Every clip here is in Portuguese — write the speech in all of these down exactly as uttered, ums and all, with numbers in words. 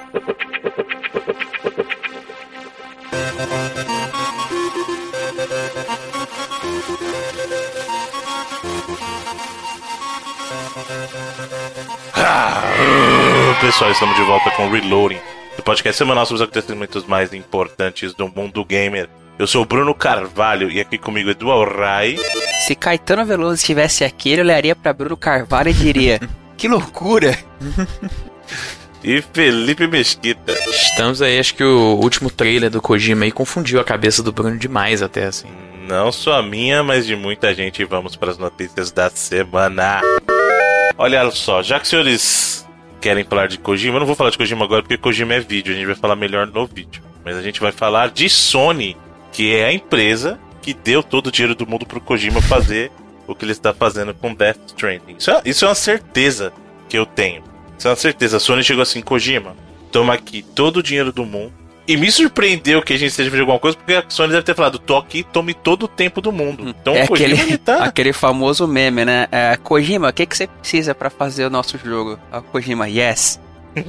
Ah, pessoal, estamos de volta com o Reloading, o podcast semanal sobre os acontecimentos mais importantes do mundo gamer. Eu sou o Bruno Carvalho e aqui comigo é Edu Alray. Se Caetano Veloso estivesse aqui, ele olharia pra Bruno Carvalho e diria: que loucura! E Felipe Mesquita. Estamos aí, acho que o último trailer do Kojima aí confundiu a cabeça do Bruno demais até assim. Não só a minha, mas de muita gente. Vamos para as notícias da semana. Olha só, já que os senhores querem falar de Kojima, eu não vou falar de Kojima agora porque Kojima é vídeo, a gente vai falar melhor no vídeo. Mas a gente vai falar de Sony, que é a empresa que deu todo o dinheiro do mundo pro Kojima fazer o que ele está fazendo com Death Stranding. Isso é, isso é uma certeza que eu tenho. Isso é uma certeza. A Sony chegou assim: Kojima, toma aqui todo o dinheiro do mundo. E me surpreendeu que a gente esteja fazendo alguma coisa, porque a Sony deve ter falado: tô aqui, tome todo o tempo do mundo. Então é o Kojima aquele, tá... aquele famoso meme, né? É, Kojima, o que, que você precisa pra fazer o nosso jogo? A Kojima, yes.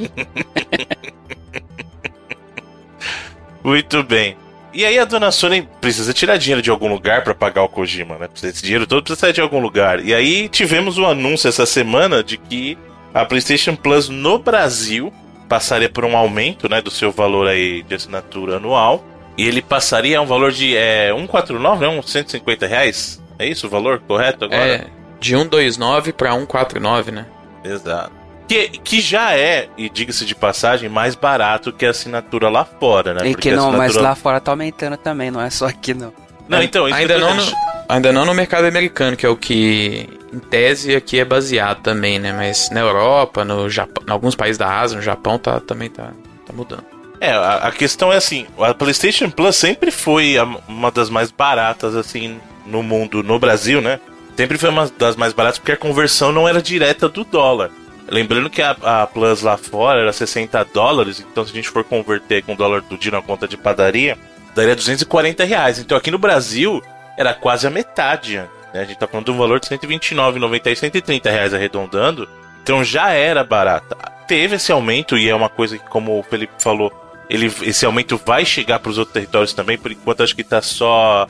Muito bem. E aí a dona Sony precisa tirar dinheiro de algum lugar pra pagar o Kojima, né? Esse dinheiro todo precisa sair de algum lugar. E aí tivemos um anúncio essa semana de que a PlayStation Plus no Brasil passaria por um aumento, né, do seu valor aí de assinatura anual. E ele passaria a um valor de é, cento e quarenta e nove, né? Uns cento e cinquenta reais. É isso o valor correto agora? É, de cento e vinte e nove pra cento e quarenta e nove, né? Exato. Que, que já é, e diga-se de passagem, mais barato que a assinatura lá fora, né? E Porque que não, assinatura... mas lá fora tá aumentando também, não é só aqui não. Não, então, isso ainda, não dizendo... no, ainda não no mercado americano, que é o que, em tese, aqui é baseado também, né? Mas na Europa, no Japão, em alguns países da Ásia, no Japão, tá, também tá, tá mudando. É, a, a questão é assim, a PlayStation Plus sempre foi a, uma das mais baratas, assim, no mundo, no Brasil, né? Sempre foi uma das mais baratas porque a conversão não era direta do dólar. Lembrando que a, a Plus lá fora era sessenta dólares, então se a gente for converter com o dólar do dia na conta de padaria, daria duzentos e quarenta reais. Então aqui no Brasil era quase a metade, né? A gente tá falando de um valor de cento e vinte e nove reais e noventa centavos, cento e trinta reais arredondando. Então já era barata. Teve esse aumento e é uma coisa que, como o Felipe falou, ele, esse aumento vai chegar para os outros territórios também. Por enquanto acho que tá só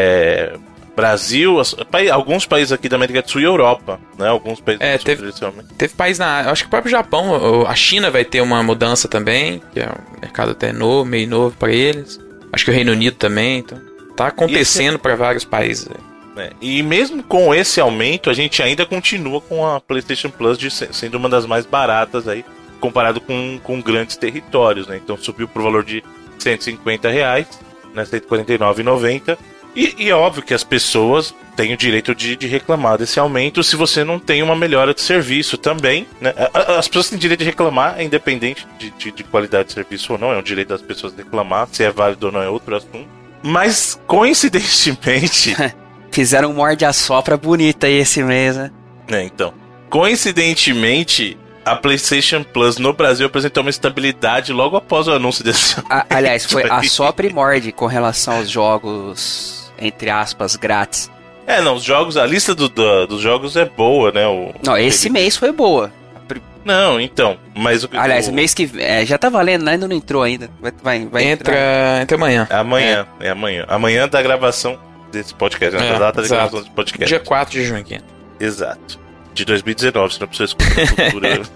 é, Brasil, alguns países aqui da América do Sul e Europa, né? Alguns países é, teve, teve país na... Acho que o próprio Japão, a China vai ter uma mudança também, que é um mercado até novo, meio novo para eles. Acho que o Reino Unido também, então tá acontecendo para vários países. É, e mesmo com esse aumento, a gente ainda continua com a PlayStation Plus de, sendo uma das mais baratas aí, comparado com, com grandes territórios, né? Então subiu pro valor de cento e cinquenta reais, né? cento e quarenta e nove reais e noventa centavos. E, e é óbvio que as pessoas têm o direito de, de reclamar desse aumento se você não tem uma melhora de serviço também, né? As pessoas têm direito de reclamar, é independente de, de, de qualidade de serviço ou não, é um direito das pessoas reclamar, se é válido ou não é outro assunto. Mas, coincidentemente... Fizeram um morde-a-sopra bonita aí esse mês, né? É, então. Coincidentemente, a PlayStation Plus no Brasil apresentou uma estabilidade logo após o anúncio desse... A, aliás, foi a sopra e morde com relação aos jogos, entre aspas, grátis. É, não, os jogos, a lista do, do, dos jogos é boa, né? O, não, esse ele... mês foi boa. Não, então, mas o... Aliás, o... mês que... É, já tá valendo, ainda não entrou ainda. Vai, vai, vai entra, entra amanhã. É amanhã, é. é amanhã. Amanhã da gravação desse podcast, né? É, a data de exato. gravação desse podcast. Dia quatro de junho aqui. Exato. De dois mil e dezenove, se não precisa escutar no futuro.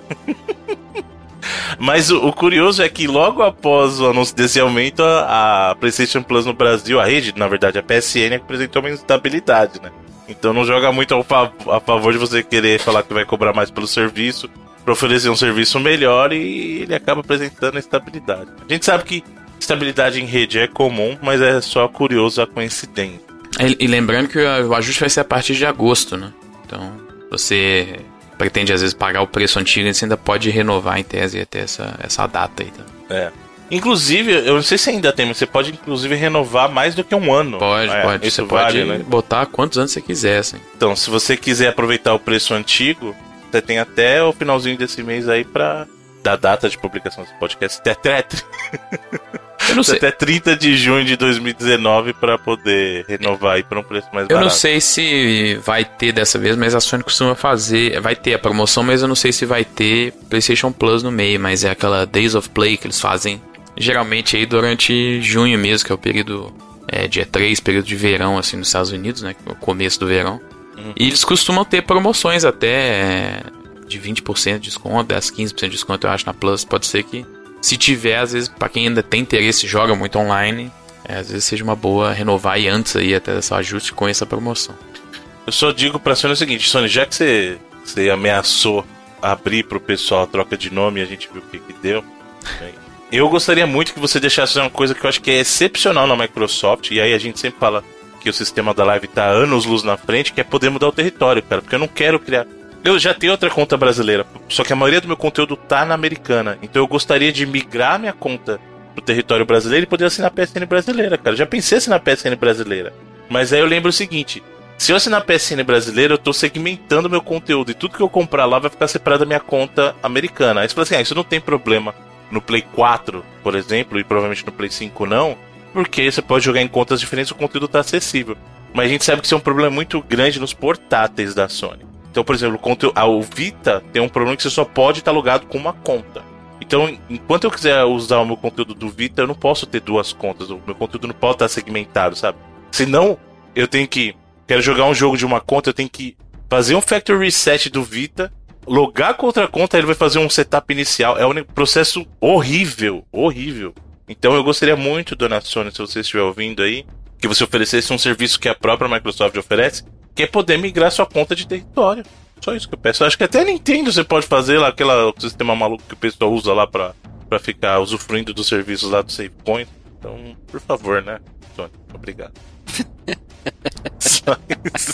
Mas o, o curioso é que logo após o anúncio desse aumento, a, a PlayStation Plus no Brasil, a rede, na verdade, a P S N, apresentou uma instabilidade, né? Então não joga muito ao fav- a favor de você querer falar que vai cobrar mais pelo serviço, para oferecer um serviço melhor, e ele acaba apresentando instabilidade. A gente sabe que estabilidade em rede é comum, mas é só curioso a coincidência. E, e lembrando que o ajuste vai ser a partir de agosto, né? Então, você pretende às vezes pagar o preço antigo e você ainda pode renovar em tese até essa, essa data aí. Tá? É. Inclusive, eu não sei se ainda tem, mas você pode inclusive renovar mais do que um ano. Pode, é, pode. Isso você vale, pode né? botar quantos anos você quiser, assim. Então, se você quiser aproveitar o preço antigo, você tem até o finalzinho desse mês aí pra... Da data de publicação desse podcast. Tetre. não sei. até trinta de junho de dois mil e dezenove pra poder renovar aí por um preço mais barato. Eu não sei se vai ter dessa vez, mas a Sony costuma fazer, vai ter a promoção, mas eu não sei se vai ter PlayStation Plus no meio, mas é aquela Days of Play que eles fazem geralmente aí durante junho mesmo, que é o período é, dia três, período de verão assim nos Estados Unidos, né, que é o começo do verão. Uhum. E eles costumam ter promoções até é, de vinte por cento de desconto, dez, quinze por cento de desconto, eu acho, na Plus. Pode ser que, se tiver, às vezes, pra quem ainda tem interesse e joga muito online, é, às vezes seja uma boa renovar e antes aí até desse ajuste com essa promoção. Eu só digo pra Sony o seguinte, Sony, já que você, você ameaçou abrir pro pessoal a troca de nome e a gente viu o que que deu, né? Eu gostaria muito que você deixasse uma coisa que eu acho que é excepcional na Microsoft, e aí a gente sempre fala que o sistema da Live tá anos luz na frente, que é poder mudar o território, cara, porque eu não quero criar... Eu já tenho outra conta brasileira, só que a maioria do meu conteúdo tá na americana, então eu gostaria de migrar minha conta pro território brasileiro e poder assinar a P S N brasileira, cara. Já pensei em assinar a P S N brasileira, mas aí eu lembro o seguinte, se eu assinar a P S N brasileira, eu tô segmentando meu conteúdo, e tudo que eu comprar lá vai ficar separado da minha conta americana. Aí você fala assim, ah, isso não tem problema no Play quatro, por exemplo, e provavelmente no Play cinco não, porque você pode jogar em contas diferentes, o conteúdo tá acessível. Mas a gente sabe que isso é um problema muito grande nos portáteis da Sony. Então, por exemplo, o Vita tem um problema que você só pode estar logado com uma conta. Então, enquanto eu quiser usar o meu conteúdo do Vita, eu não posso ter duas contas. O meu conteúdo não pode estar segmentado, sabe? Senão, eu tenho que... Quero jogar um jogo de uma conta, eu tenho que fazer um factory reset do Vita, logar com outra conta, ele vai fazer um setup inicial. É um processo horrível, horrível. Então eu gostaria muito, dona Sony, se você estiver ouvindo aí, que você oferecesse um serviço que a própria Microsoft oferece, que é poder migrar sua conta de território. Só isso que eu peço. Eu acho que até a Nintendo você pode fazer lá, aquele sistema maluco que o pessoal usa lá pra, pra ficar usufruindo dos serviços lá do Save Point. Então, por favor, né, Sony? Obrigado. Só isso.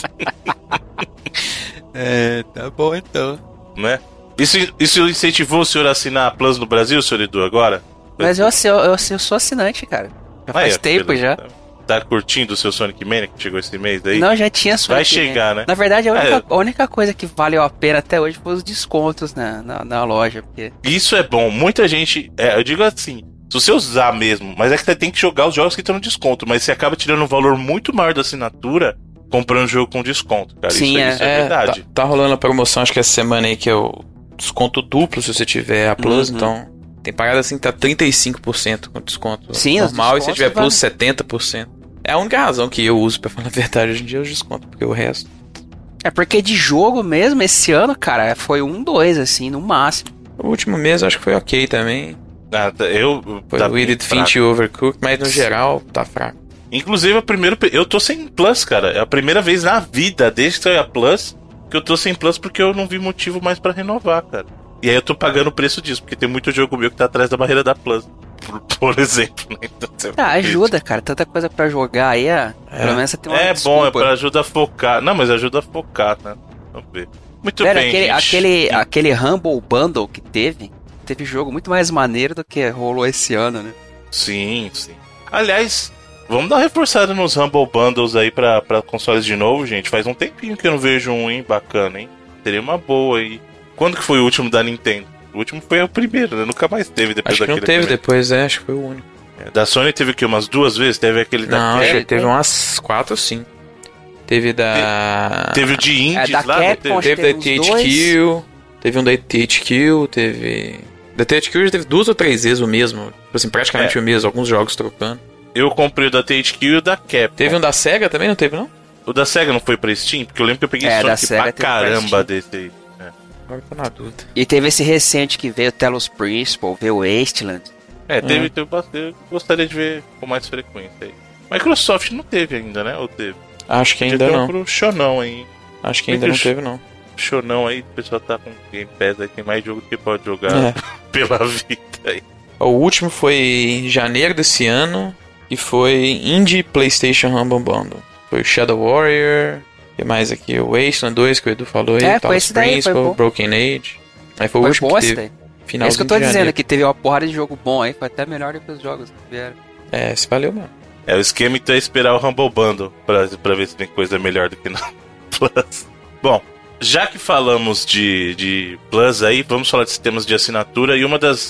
É, tá bom então. Né? Isso, isso incentivou o senhor a assinar a Plus no Brasil, senhor Edu, agora? Mas eu, eu, eu, eu sou assinante, cara. Já faz Aí, tempo beleza. já. Tá curtindo o seu Sonic Mania que chegou esse mês aí? Não, já tinha Sonic Vai Mania. chegar, né? Na verdade, a única, É. a única coisa que valeu a pena até hoje foi os descontos na, na, na loja. Porque... Isso é bom. Muita gente... É, eu digo assim, se você usar mesmo, mas é que você tem que jogar os jogos que estão no desconto, mas você acaba tirando um valor muito maior da assinatura comprando jogo com desconto, cara. Sim, isso, é. isso é, É, verdade. Tá, tá rolando a promoção, acho que essa semana aí, que é o desconto duplo se você tiver a Plus, Uhum. então... Tem parada assim que tá trinta e cinco por cento com desconto Sim, os normal, e se descontos tiver Plus, valem. setenta por cento. É a única razão que eu uso, pra falar a verdade, hoje em dia é os descontos, porque o resto... É porque de jogo mesmo, esse ano, cara, foi um, dois, assim, no máximo. O último mês eu acho que foi ok também. Ah, tá, eu... Foi tá o bem Edith fraco. Finch e Overcooked, mas no geral tá fraco. Inclusive, a primeira... eu tô sem Plus, cara. É a primeira vez na vida, desde que saiu a Plus, que eu tô sem Plus porque eu não vi motivo mais pra renovar, cara. E aí eu tô pagando o preço disso, porque tem muito jogo meu que tá atrás da barreira da Plus. Por, por exemplo, né? Então, você Ah, vai- ajuda, cara. Tanta coisa pra jogar aí, é... pelo menos você tem uma É desculpa. bom, é pra ajudar a focar. Não, mas ajuda a focar, né? Vamos ver. Muito Pera, bem, aquele, gente. aquele, aquele Humble Bundle que teve, teve jogo muito mais maneiro do que rolou esse ano, né? Sim, sim. Aliás, vamos dar uma reforçada nos Humble Bundles aí pra, pra consoles de novo, gente. Faz um tempinho que eu não vejo um, hein? Bacana, hein? Seria uma boa aí. Quando que foi o último da Nintendo? O último foi o primeiro, né? Nunca mais teve depois Acho que daquele. não teve primeiro. depois, é, acho que foi o único. É, da Sony teve o quê? Umas duas vezes? Teve aquele da Não, acho Capcom? que teve umas quatro, sim. Teve da... Teve o de indies da lá, não Capcom, teve? Teve da Teve uns T H Q, teve um da T H Q, teve... Da T H Q já teve duas ou três vezes o mesmo, tipo assim, praticamente É. o mesmo, alguns jogos trocando. Eu comprei o da T H Q e o da Capcom. Teve um da SEGA também, não teve não? O da SEGA não foi pra Steam? Porque eu lembro que eu peguei É, da Sonic SEGA pra teve pra caramba Steam. desse aí. Agora tô na dúvida. E teve esse recente que veio, Talos Principal, veio Wasteland. É, teve, Hum. teve bastante. Eu gostaria de ver com mais frequência aí. Microsoft não teve ainda, né? Ou teve? Acho que ainda Podia ter um não. pro Shonão aí. Acho que ainda não teve não. Shonão aí, o pessoal tá com Game Pass aí, tem mais jogo que pode jogar É. pela vida aí. O último foi em janeiro desse ano e foi Indie PlayStation Humble Bundle. Foi o Shadow Warrior, e mais aqui o Wasteland dois que o Edu falou aí, É, foi Talos esse daí, foi Principal, bom. Broken Age. Aí foi o Foi último bom que esse teve. daí. É Finalzinho isso que eu tô de dizendo, janeiro. que teve uma porrada de jogo bom aí, foi até melhor do que os jogos que vieram. É, esse valeu mesmo. É, o esquema então é esperar o Humble Bundle pra, pra ver se tem coisa melhor do que na Plus. Bom, já que falamos de, de Plus aí, vamos falar de sistemas de assinatura e uma das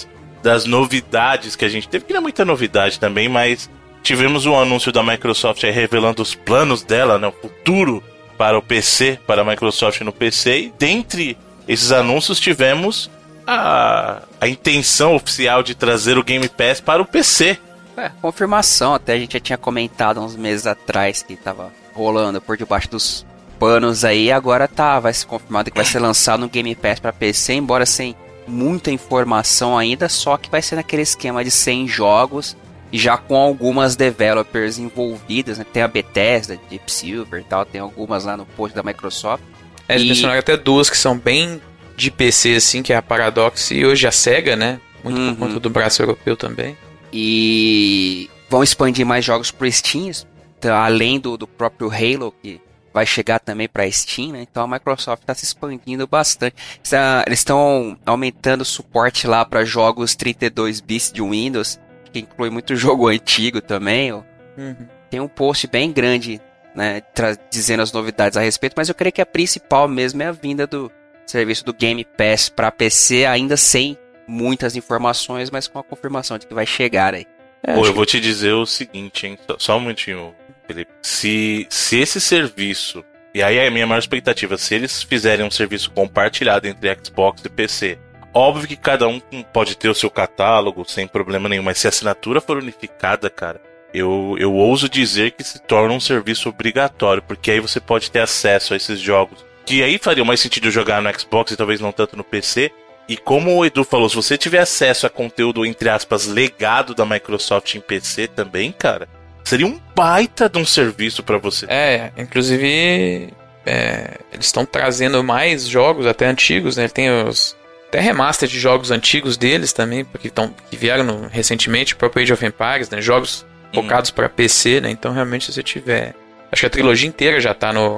das novidades que a gente teve, que não é muita novidade também, mas tivemos um anúncio da Microsoft aí revelando os planos dela, né, o futuro para o P C, para a Microsoft no P C, e dentre esses anúncios tivemos a, a intenção oficial de trazer o Game Pass para o P C. É, confirmação, até a gente já tinha comentado uns meses atrás que tava rolando por debaixo dos panos aí, agora tá, vai ser confirmado que vai ser lançado no Game Pass para P C, embora sem muita informação ainda, só que vai ser naquele esquema de cem jogos, e já com algumas developers envolvidas, né? Tem a Bethesda, Deep Silver e tal, tem algumas lá no post da Microsoft. É, eles e... mencionaram até duas que são bem de P C, assim, que é a Paradox e hoje a SEGA, né? Muito uhum. por conta do braço europeu também. E vão expandir mais jogos pro Steam, além do, do próprio Halo, que vai chegar também para Steam, né? Então a Microsoft está se expandindo bastante. Eles estão aumentando o suporte lá para jogos trinta e dois bits de Windows, que inclui muito jogo antigo também. Uhum. Tem um post bem grande, né, dizendo as novidades a respeito, mas eu creio que a principal mesmo é a vinda do serviço do Game Pass para P C, ainda sem muitas informações, mas com a confirmação de que vai chegar aí. É, Pô, eu que... vou te dizer o seguinte, hein? Só, só um minutinho, Felipe. Se, se esse serviço, e aí é a minha maior expectativa, se eles fizerem um serviço compartilhado entre Xbox e P C, óbvio que cada um pode ter o seu catálogo sem problema nenhum, mas se a assinatura for unificada, cara, eu, eu ouso dizer que se torna um serviço obrigatório, porque aí você pode ter acesso a esses jogos, que aí faria mais sentido jogar no Xbox e talvez não tanto no P C. E como o Edu falou, se você tiver acesso a conteúdo, entre aspas, legado da Microsoft em P C também, cara, seria um baita de um serviço pra você. É, inclusive, é, eles estão trazendo mais jogos, até antigos, né? Tem os... até remaster de jogos antigos deles também, porque tão, que vieram no, recentemente, o próprio Age of Empires, né? Jogos hum. focados pra P C, né? Então, realmente, se você tiver... Acho que a trilogia inteira já tá no,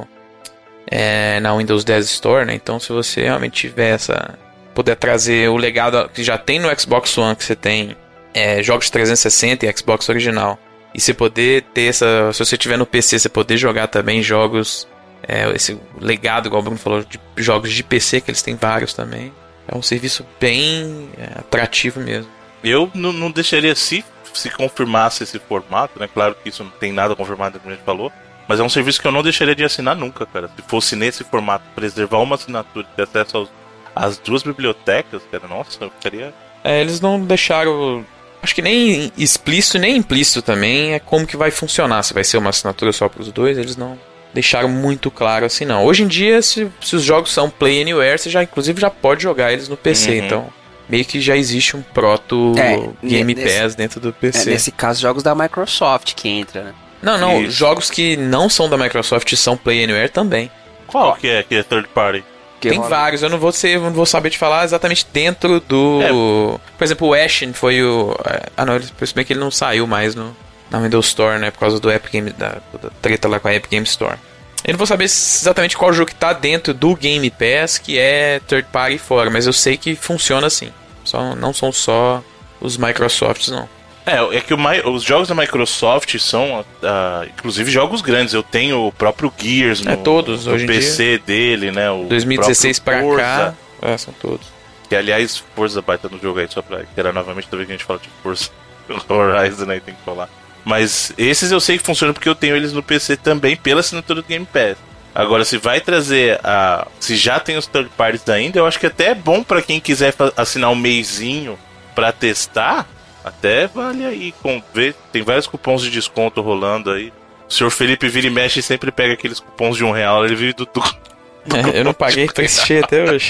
é, na Windows dez Store, né? Então, se você realmente tiver essa... poder trazer o legado que já tem no Xbox One, que você tem é, jogos trezentos e sessenta e Xbox original, e você poder ter essa, se você tiver no P C, você poder jogar também jogos, é, esse legado, igual o Bruno falou, de jogos de P C, que eles têm vários também, é um serviço bem é, atrativo mesmo. Eu não, não deixaria, se, se confirmasse esse formato, né, claro que isso não tem nada confirmado, como a gente falou, mas é um serviço que eu não deixaria de assinar nunca, cara, se fosse nesse formato, preservar uma assinatura de acesso aos as duas bibliotecas, cara, nossa, eu ficaria... É, eles não deixaram, acho que nem explícito nem implícito também, é como que vai funcionar, se vai ser uma assinatura só para os dois, eles não deixaram muito claro assim, não. Hoje em dia, se, se os jogos são Play Anywhere, você já, inclusive, já pode jogar eles no P C, uhum. Então meio que já existe um proto é, Game nesse, Pass dentro do P C. É, nesse caso, jogos da Microsoft que entra, né? Não, não, Isso. jogos que não são da Microsoft são Play Anywhere também. Qual que é que é third party? Que tem rola. Vários, eu não vou ser, não vou saber te falar exatamente dentro do... É. Por exemplo, o Ashen foi o... Ah não, se bem que ele não saiu mais no, na Windows Store, né? Por causa do Epic Game, da, da treta lá com a Epic Game Store. Eu não vou saber exatamente qual jogo que tá dentro do Game Pass, que é third party fora, mas eu sei que funciona assim. Só, não são só os Microsofts, não. É, é que o, os jogos da Microsoft são, uh, inclusive, jogos grandes. Eu tenho o próprio Gears no, é, todos, no hoje P C dia. Dele, né? O dois mil e dezesseis pra Forza, cá, é, são todos. Que, aliás, Forza baita no jogo aí, só pra interar novamente, toda vez que a gente fala de Forza Horizon aí, tem que falar. Mas esses eu sei que funcionam porque eu tenho eles no P C também, pela assinatura do Game Pass. Agora, se vai trazer a... se já tem os third parties ainda, eu acho que até é bom pra quem quiser assinar um meizinho pra testar... Até vale aí, com, ver, tem vários cupons de desconto rolando aí. O senhor Felipe vira e mexe e sempre pega aqueles cupons de um real, ele vive do... do, do é, eu não paguei pra assistir até hoje.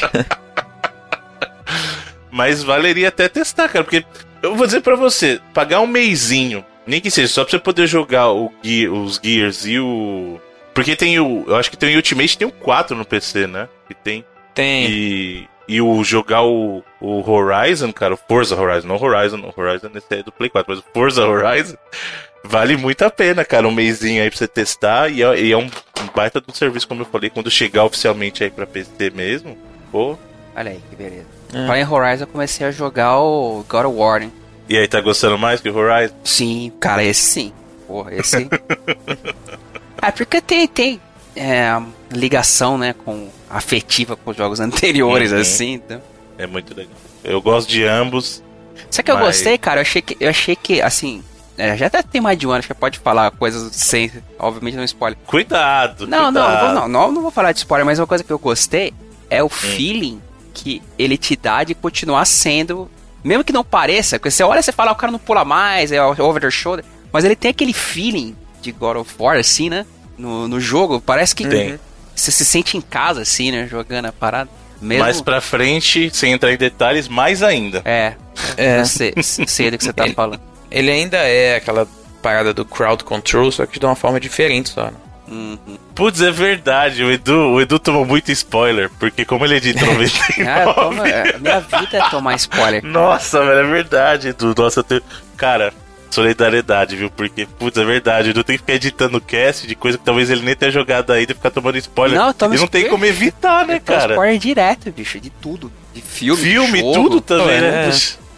Mas valeria até testar, cara, porque eu vou dizer pra você, pagar um meizinho, nem que seja, só pra você poder jogar o Gear, os Gears e o... Porque tem o... eu acho que tem o Ultimate, tem o quatro no P C, né? Que tem... Tem. E... E o jogar o, o Horizon, cara, o Forza Horizon, não Horizon, o Horizon esse é do Play quatro, mas o Forza Horizon vale muito a pena, cara, um mêsinho aí pra você testar, e é, e é um, um baita do serviço, como eu falei, quando chegar oficialmente aí pra P C mesmo, pô. Olha aí, que beleza. É. Para em Horizon eu comecei a jogar o God of War, hein? E aí, tá gostando mais que o Horizon? Sim, cara, esse sim. Porra, esse... é, porque tem, tem é, ligação, né, com... afetiva com os jogos anteriores, uhum. Assim, então. É muito legal. Eu gosto de ambos. Só que eu Mas- gostei, cara, eu achei que, eu achei que assim, é, já até tem mais de um ano, acho que pode falar coisas sem, obviamente não spoiler. Cuidado. Não, não, não cuidado. vou, não, não, não vou falar de spoiler, mas uma coisa que eu gostei é o feeling que ele te dá de continuar sendo, mesmo que não pareça, porque você olha e você fala, ah, o cara não pula mais, é over the shoulder, mas ele tem aquele feeling de God of War, assim, né, no, no jogo, parece que Tem. você se sente em casa, assim, né, jogando a parada. Mesmo... Mais pra frente, sem entrar em detalhes, mais ainda. É, É. eu sei, sei do que você tá Ele- falando. Ele ainda é aquela parada do crowd control, só que de uma forma diferente só, né? Uhum. Putz, é verdade. O Edu, o Edu tomou muito spoiler, porque como ele é de noventa e Ah, eu tomo- nove... é, minha vida é tomar spoiler. Nossa, velho, é verdade, Edu. Nossa, eu tenho... Cara, solidariedade, viu? Porque, putz, é verdade. O Edu tem que ficar editando cast de coisa que talvez ele nem tenha jogado ainda e ficar tomando spoiler. Não, eu tomo e não tem spoiler. como evitar, né, Eu tomo cara? spoiler direto, bicho, de tudo. De filme, Filme, de jogo. tudo também, É. né?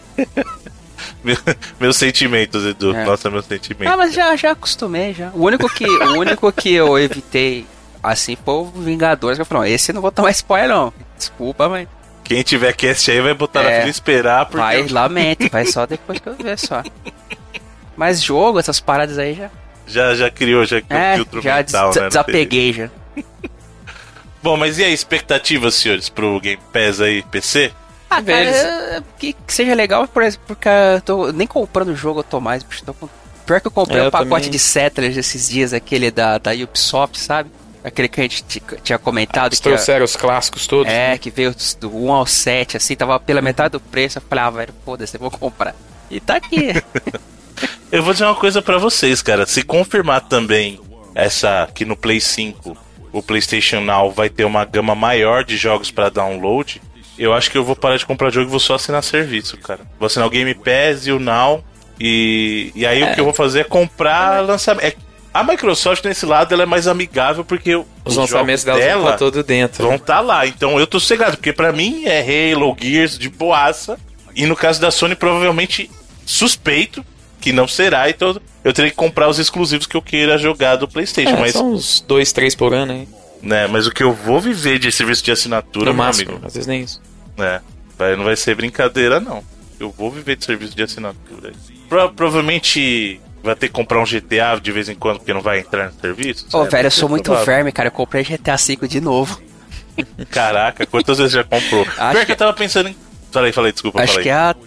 Meu- meus sentimentos, Edu. É. Nossa, meus sentimentos. Ah, mas já, já acostumei, já. O único que, o único que eu evitei, assim, foi o Vingadores, que eu falei, não, esse eu não vou tomar spoiler, não. Desculpa, mas Quem tiver cast aí vai botar na É. fila e esperar, porque... vai, lamento, vai só depois que eu ver só. Mas jogo, essas paradas aí já... Já, já criou, já criou É, filtro já mental, des- né? no desapeguei já. Bom, mas e a expectativa, senhores, pro Game Pass aí, P C? Ah, cara, Eles- é, que, que seja legal, por exemplo, porque eu tô nem comprando o jogo, eu tô mais, bicho, tô com... Pior que eu comprei É, um eu pacote também. de Settlers esses dias, aquele da, da Ubisoft, sabe? Aquele que a gente t- tinha comentado. Eles que a- trouxeram os clássicos todos. É, né? que veio do um ao sete, assim, tava pela metade do preço, eu falei, ah, velho, foda-se, eu vou comprar. E tá aqui. Eu vou dizer uma coisa pra vocês, cara. Se confirmar também essa que no Play cinco o PlayStation Now vai ter uma gama maior de jogos pra download, eu acho que eu vou parar de comprar jogo e vou só assinar serviço, cara. Vou assinar o Game Pass e o Now. E, e aí o que eu vou fazer é comprar lançamento. É, a Microsoft nesse lado ela é mais amigável porque os, Os lançamentos jogos delas vão dela estar todo dentro. vão estar lá. Então eu tô sossegado, porque pra mim é Halo, Gears de boaça. E no caso da Sony, provavelmente suspeito que não será. Então eu terei que comprar os exclusivos que eu queira jogar do PlayStation. É, mas, são uns dois, três por ano aí. né, mas o que eu vou viver de serviço de assinatura, No meu máximo, amigo, às vezes nem isso. né, vai, não vai ser brincadeira, não. Eu vou viver de serviço de assinatura. Pro- provavelmente vai ter que comprar um G T A de vez em quando, porque não vai entrar no serviço. Ô, É, velho, eu sou muito provável. verme, cara, eu comprei G T A cinco de novo. Caraca, quantas vezes já comprou? Acho Pior que que- eu tava pensando em... Falei, falei, desculpa, Acho falei. que é a...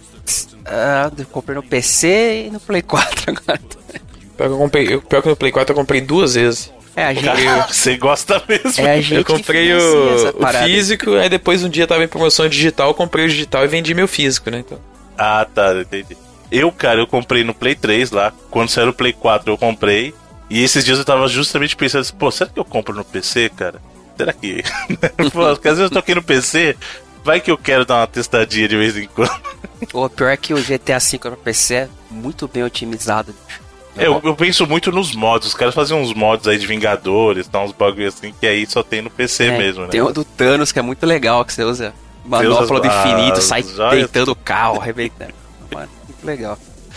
a- Eu comprei no P C e no Play quatro agora. Pior que, eu comprei, eu- pior que no Play quatro eu comprei duas vezes. É a gente... Cara, você gosta mesmo. É a gente Eu que comprei financia essa o, o parada. físico, aí depois um dia tava em promoção digital, eu comprei o digital e vendi meu físico, né? Então, Ah, tá, entendi. Eu, cara, eu comprei no Play três lá. Quando saiu o Play quatro, eu comprei. E esses dias eu tava justamente pensando assim, pô, será que eu compro no P C, cara? Será que... Pô, porque às vezes eu tô aqui no P C, vai que eu quero dar uma testadinha de vez em quando. O pior é que o G T A cinco no P C é muito bem otimizado, bicho. Eu, eu penso muito nos mods. Os caras fazem uns mods aí de Vingadores, tá, uns bagulho assim, que aí só tem no P C É, mesmo, né? Tem o do Thanos que é muito legal, que você usa Você usa manopla do as- infinito, as sai joias. deitando o carro, arrebentando. Mano, muito legal.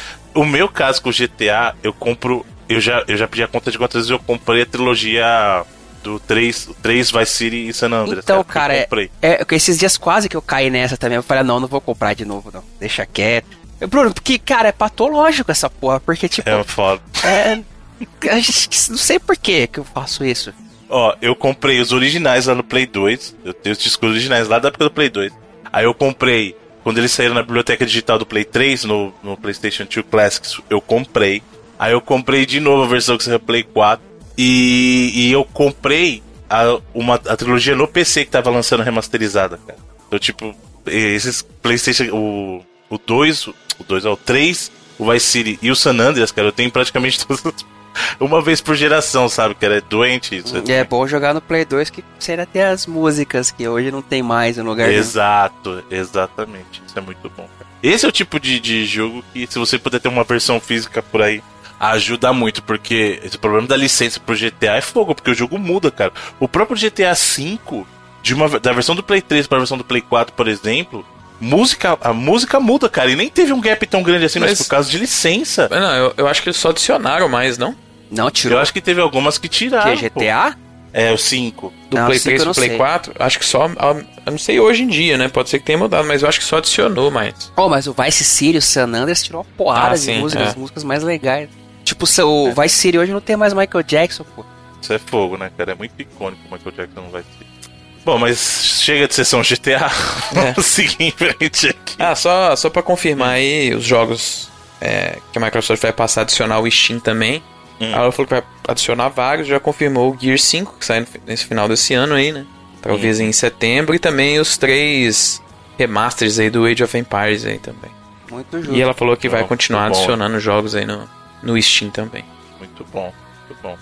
O meu caso com o G T A, eu compro... Eu já, eu já pedi a conta de quantas vezes eu comprei a trilogia do três, três Vice City e San Andreas. Então, Eu cara, é, comprei. é, que esses dias quase que eu caí nessa também. Eu falei, ah, não, não vou comprar de novo, não. Deixa quieto. Eu, Bruno, porque, cara, é patológico essa porra. Porque, tipo, É foda. é, a gente- não sei por que que eu faço isso. Ó, eu comprei os originais lá no Play dois. Eu tenho os discos originais lá da época do Play dois. Aí eu comprei, quando eles saíram na biblioteca digital do Play três, no, no PlayStation dois Classics, eu comprei. Aí eu comprei de novo a versão que saiu no Play quatro. E, e eu comprei a, uma, a trilogia no P C que tava lançando remasterizada, cara. Então, tipo, esses PlayStation. O, o dois, o dois, ó, o três, o Vice City e o San Andreas, cara, eu tenho praticamente todos. Uma vez por geração, sabe? Que era doente isso. É bom jogar no Play dois que você ainda tem as músicas que hoje não tem mais no lugar nenhum. Exato, exatamente. Isso é muito bom, cara. Esse é o tipo de, de jogo que, se você puder ter uma versão física por aí, ajuda muito, porque esse problema da licença pro G T A é fogo, porque o jogo muda, cara. O próprio G T A cinco, de uma, da versão do Play três pra versão do Play quatro, por exemplo, música, a música muda, cara. E nem teve um gap tão grande assim, mas, Mas- por causa de licença. Não, eu, eu acho que eles só adicionaram mais, não? Não, tirou. Eu acho que teve algumas que tiraram. Que é G T A? É, o cinco. Do Não, Play o cinco três eu pro não Play sei. quatro, acho que só... Eu não sei hoje em dia, né? Pode ser que tenha mudado, mas eu acho que só adicionou mais. Oh, mas o Vice City, o San Andreas tirou uma porrada Ah, de sim, músicas, é. as músicas mais legais. Tipo, o Vice City hoje não tem mais Michael Jackson, pô. Isso é fogo, né, cara? É muito icônico o Michael Jackson não vai ser. Bom, mas chega de sessão G T A. Vamos seguir em frente aqui. Ah, só, só pra confirmar aí os jogos é, que a Microsoft vai passar a adicionar o Steam também. Hum. Ela falou que vai adicionar vários, já confirmou o Gear cinco, que sai no- nesse final desse ano aí, né? Talvez Hum. em setembro, e também os três remasters aí do Age of Empires aí também. Muito justo. E ela falou que vai Bom, continuar muito bom. adicionando jogos aí no, no Steam também. Muito bom, muito bom.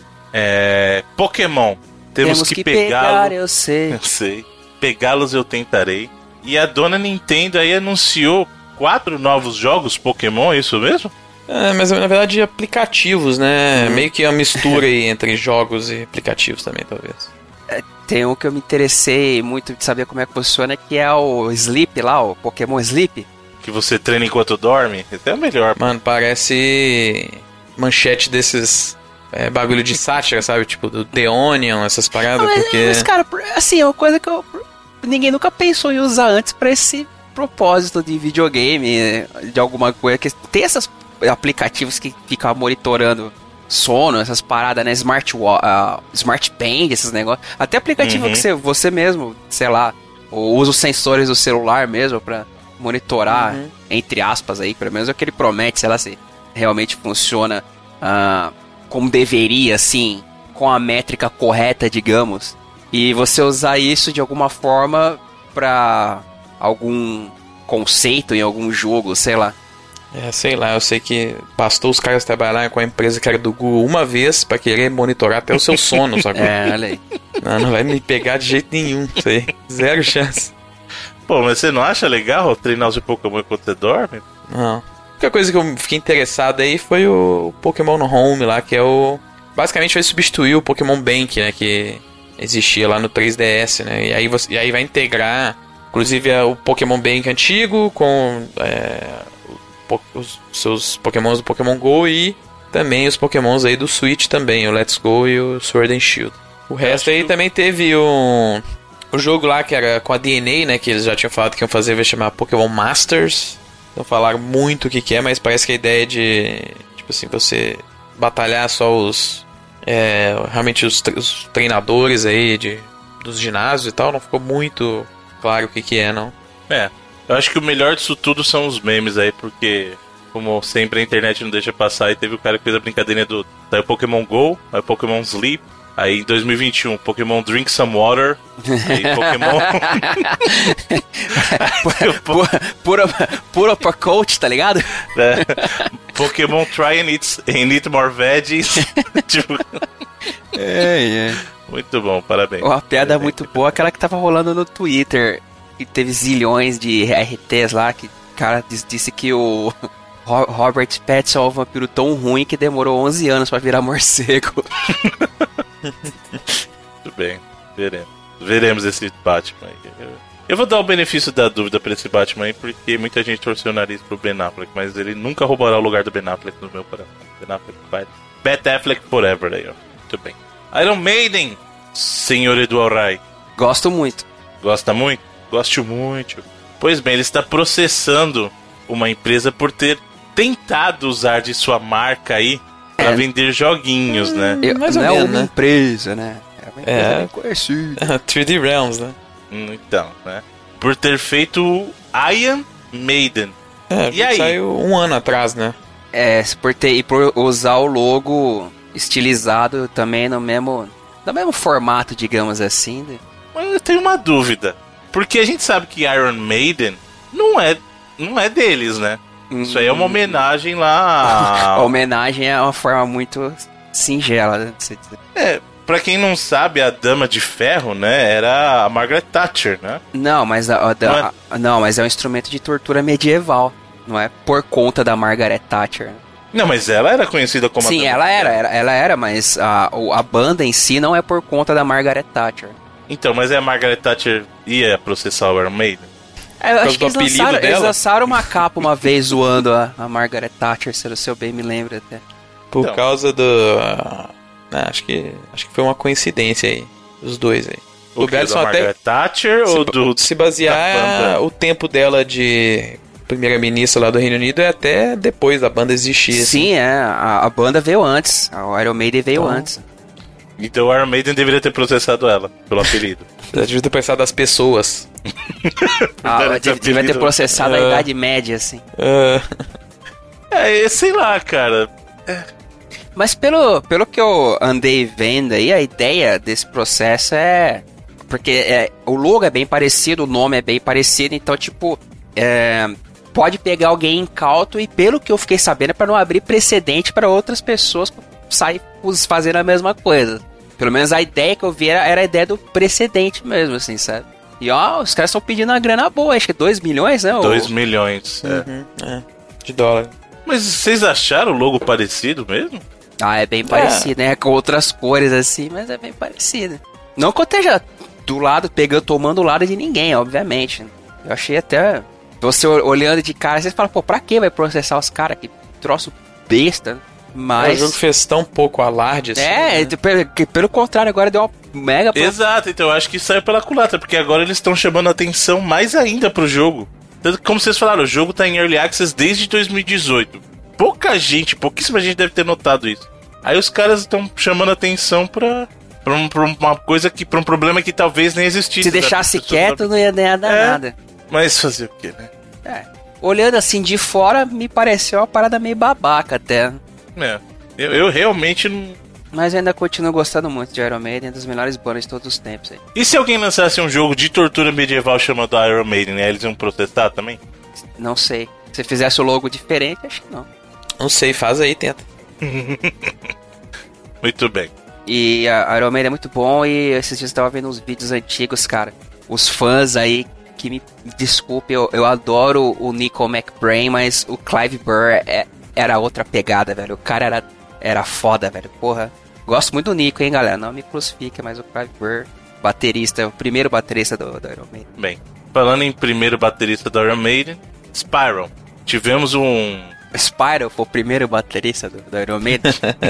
É, Pokémon. Temos, Temos que, que pegá-lo. pegar, eu sei. Eu sei. Pegá-los eu tentarei. E a dona Nintendo aí anunciou quatro novos jogos Pokémon, é isso mesmo? É, mas na verdade aplicativos, né? Uhum. Meio que uma mistura aí entre jogos e aplicativos também, talvez. Tem um que eu me interessei muito de saber como é que funciona, que é o Sleep lá, o Pokémon Sleep. Que você treina enquanto dorme? Esse é o melhor. Mano, parece manchete desses é, bagulho de sátira, sabe? Tipo do The Onion, essas paradas, mas, porque... mas, cara, por- assim, é uma coisa que eu, ninguém nunca pensou em usar antes pra esse propósito de videogame, de alguma coisa. Que tem esses aplicativos que ficam monitorando sono, essas paradas, né? Smart, wa- ah, Smart Band, esses negócios. Até aplicativo Uhum. que você, você mesmo, sei lá, ou usa os sensores do celular mesmo pra monitorar, Uhum. entre aspas aí, pelo menos é o que ele promete, sei lá se realmente funciona ah, como deveria, assim, com a métrica correta, digamos. E você usar isso de alguma forma pra algum conceito em algum jogo, sei lá. É, sei lá, eu sei que bastou os caras trabalharem com a empresa que era do Google uma vez pra querer monitorar até o seu sono, sabe? É, olha aí. Não, não vai me pegar de jeito nenhum, isso aí. Zero chance. Pô, mas você não acha legal treinar os Pokémon enquanto você dorme? Não. A única coisa que eu fiquei interessado aí foi o Pokémon Home lá, que é o... Basicamente vai substituir o Pokémon Bank, né, que existia lá no três D S, né, e aí, você, e aí vai integrar, inclusive, é o Pokémon Bank antigo com é, o, os seus Pokémons do Pokémon GO e também os Pokémons aí do Switch também, o Let's Go e o Sword and Shield. O resto aí que... também teve um... O jogo lá que era com a D N A, né, que eles já tinham falado que iam fazer, vai chamar Pokémon Masters. Não falaram muito o que que é, mas parece que a ideia é de, tipo assim, você batalhar só os, é, realmente os, tre- os treinadores aí de, dos ginásios e tal, não ficou muito claro o que que é, não. É, eu acho que o melhor disso tudo são os memes aí, porque, como sempre, a internet não deixa passar, e teve o cara que fez a brincadeirinha do... Aí o Pokémon GO, aí o Pokémon Sleep, aí em dois mil e vinte e um, Pokémon Drink Some Water, aí Pokémon... Aí o po- Pura, pura, pura pra coach, tá ligado? é, Pokémon Try and Eat, and eat More Veggies. Tipo, É, é. muito bom, parabéns. Uma piada Parabéns. muito boa, aquela que tava rolando no Twitter, e teve zilhões de R Ts lá, que o cara diz- disse que o Ro- Robert Pattinson é um vampiro tão ruim que demorou onze anos pra virar morcego. Muito bem, veremos. Veremos esse Batman aí. Eu- Eu vou dar o benefício da dúvida pra esse Batman aí, porque muita gente torceu o nariz pro Ben Ben Affleck, mas ele nunca roubará o lugar do Ben Affleck no meu coração. Ben Affleck vai. Bet Affleck forever aí, ó. Muito bem. Iron Maiden, senhor Edu Rai. Gosto muito. Gosta muito? Gosto muito. Pois bem, ele está processando uma empresa por ter tentado usar de sua marca aí pra É. vender joguinhos, né? Eu, mais não ou é menos, uma né? empresa, né? É uma empresa É. bem conhecida. três D Realms, né? Hum, Então, né? Por ter feito o Iron Maiden. É, E aí? saiu um ano atrás, né? É, por ter, e por usar o logo estilizado também no mesmo, no mesmo formato, digamos assim. né? Mas eu tenho uma dúvida. Porque a gente sabe que Iron Maiden não é, não é deles, né? Isso aí é uma homenagem lá. A homenagem é uma forma muito singela, né, de se dizer. É, pra quem não sabe, a Dama de Ferro, né? Era a Margaret Thatcher, né? Não, mas a, a- Não é? a- não, mas é um instrumento de tortura medieval, não é por conta da Margaret Thatcher. né? Não, mas ela era conhecida como a Sim, Dama ela de era, Ferro. era, ela era, mas a, o- a banda em si não é por conta da Margaret Thatcher. Então, mas é a Margaret Thatcher ia processar o Iron Maiden? É, eu causa acho que do eles apelido lançaram, eles dela? lançaram uma capa uma vez zoando a, a Margaret Thatcher, se eu- se eu bem me lembro até. Por Então. causa do... ah, acho que acho que foi uma coincidência aí. Os dois aí. O lugares que, da são Margaret até Thatcher se, ou do se da basear banda? o tempo dela de primeira-ministra lá do Reino Unido é até depois da banda existir. assim. Sim, é. A, a banda veio antes. A Iron Maiden veio Então, antes. Então o Iron Maiden deveria ter processado ela pelo apelido. Já devia ter pensado das pessoas. Ah, Deve ter devia devia ter apelido. processado a É. Idade Média, assim. Ah, É, sei lá, cara. Mas pelo, pelo que eu andei vendo aí, a ideia desse processo é... Porque é, o logo é bem parecido, o nome é bem parecido, então, tipo... É, pode pegar alguém incauto e, pelo que eu fiquei sabendo, é pra não abrir precedente para outras pessoas sair fazendo a mesma coisa. Pelo menos a ideia que eu vi era, era a ideia do precedente mesmo, assim, sabe? E ó, os caras estão pedindo uma grana boa, acho que dois milhões, né? dois Ou- milhões. É. uhum, é, de dólar. Mas vocês acharam o logo parecido mesmo? Ah, é bem parecido, né? Com outras cores assim, mas é bem parecido. Não que eu esteja do lado, pegando, tomando o lado de ninguém, obviamente. Eu achei até... Você olhando de cara, você fala, pô, pra que vai processar os caras? Que troço besta. O Mas... jogo fez tão pouco alarde assim. É, né? pelo, que pelo contrário, agora deu uma mega... pro- Exato, então eu acho que saiu pela culatra, porque agora eles estão chamando atenção mais ainda pro jogo. Tanto que, como vocês falaram, o jogo tá em Early Access desde dois mil e dezoito. Pouca gente, pouquíssima gente deve ter notado isso. Aí os caras estão chamando atenção pra, pra, um- pra uma coisa que, pra um problema que talvez nem existisse. Se sabe? deixasse As pessoas quieto, não ia dar É. nada. Mas fazer o quê, né? É. Olhando assim de fora, me pareceu uma parada meio babaca até. É. Eu, eu realmente não. Mas eu ainda continuo gostando muito de Iron Maiden, é das melhores bandas de todos os tempos aí. E se alguém lançasse um jogo de tortura medieval chamado Iron Maiden, né? Eles iam processar também? Não sei. Se fizesse o logo diferente, acho que não. Não sei, faz aí, tenta. Muito bem. E a Iron Maiden é muito bom e esses dias eu tava vendo uns vídeos antigos, cara. Os fãs aí, que me desculpe, eu, eu adoro o Nico McBrain, mas o Clive Burr é, era outra pegada, velho. O cara era, era foda, velho. Porra. Gosto muito do Nico, hein, galera. Não me crucifica, mas o Clive Burr, baterista, o primeiro baterista do, do Iron Maiden. Bem, falando em primeiro baterista da Iron Maiden, Spiral. Tivemos um Spyro foi o primeiro baterista do, do Iron Maiden.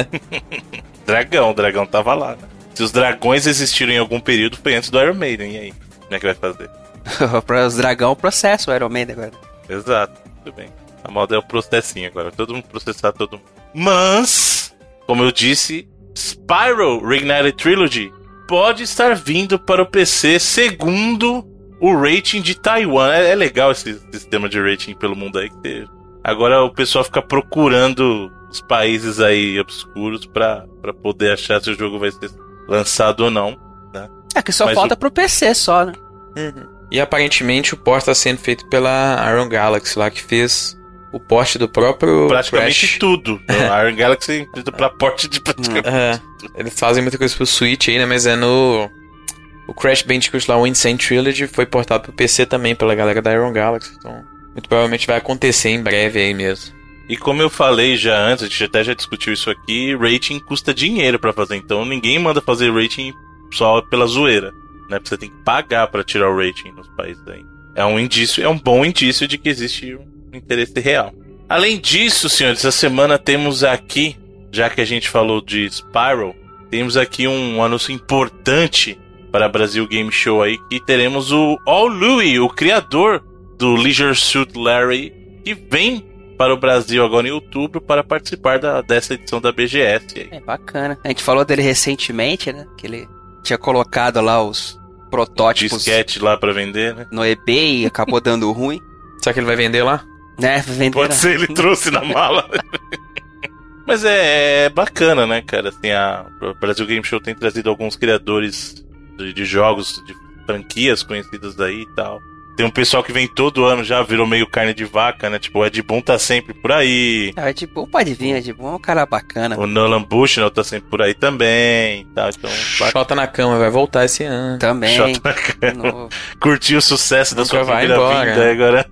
dragão, o dragão tava lá, né? Se os dragões existiram em algum período, foi antes do Iron Maiden, e aí? Como é que vai fazer? Para os dragão, processo o Iron Maiden agora. Exato, tudo bem. A moda é o processinho agora, todo mundo processar todo mundo. Mas, como eu disse, Spyro Reignited Trilogy pode estar vindo para o P C segundo o rating de Taiwan. É, é legal esse sistema de rating pelo mundo aí. Que agora o pessoal fica procurando os países aí obscuros para poder achar se o jogo vai ser lançado ou não. Né? É que só Mas falta o- pro P C só, né? E aparentemente o port está sendo feito pela Iron Galaxy lá, que fez o port do próprio Praticamente Crash. tudo. A Iron Galaxy para porte de praticamente É, eles fazem muita coisa pro Switch aí, né? Mas é no... O Crash Bandicoot lá, o Insane Trilogy, foi portado pro P C também pela galera da Iron Galaxy. Então, muito provavelmente vai acontecer em breve aí mesmo. E como eu falei já antes, a gente até já discutiu isso aqui, rating custa dinheiro pra fazer. Então ninguém manda fazer rating só pela zoeira, né? Você tem que pagar pra tirar o rating nos países aí. É um indício, é um bom indício de que existe um interesse real. Além disso, senhores, essa semana temos aqui, já que a gente falou de Spyro, temos aqui um anúncio importante para a Brasil Game Show aí, que teremos o All Louie, o criador do Leisure Suit Larry, que vem para o Brasil agora em outubro para participar da, dessa edição da B G S. Aí. É bacana. A gente falou dele recentemente, né? Que ele tinha colocado lá os protótipos Disquete lá para vender, né? no eBay e acabou dando ruim. Será que ele vai vender lá? Né? Vender Pode ser, ele trouxe na mala. Mas é, é bacana, né, cara? Assim, a o Brasil Game Show tem trazido alguns criadores de, de jogos, de franquias conhecidas aí e tal. Tem um pessoal que vem todo ano já, virou meio carne de vaca, né? Tipo, o Ed Boon tá sempre por aí. Ah, Ed Boon pode vir, Ed Boon é um cara bacana. O Nolan Bushnell tá sempre por aí também e tal. Então, Xota na cama, vai voltar esse ano. Também. Xota na de novo. curtiu o sucesso da Nunca sua vai primeira embora, vinda né? agora.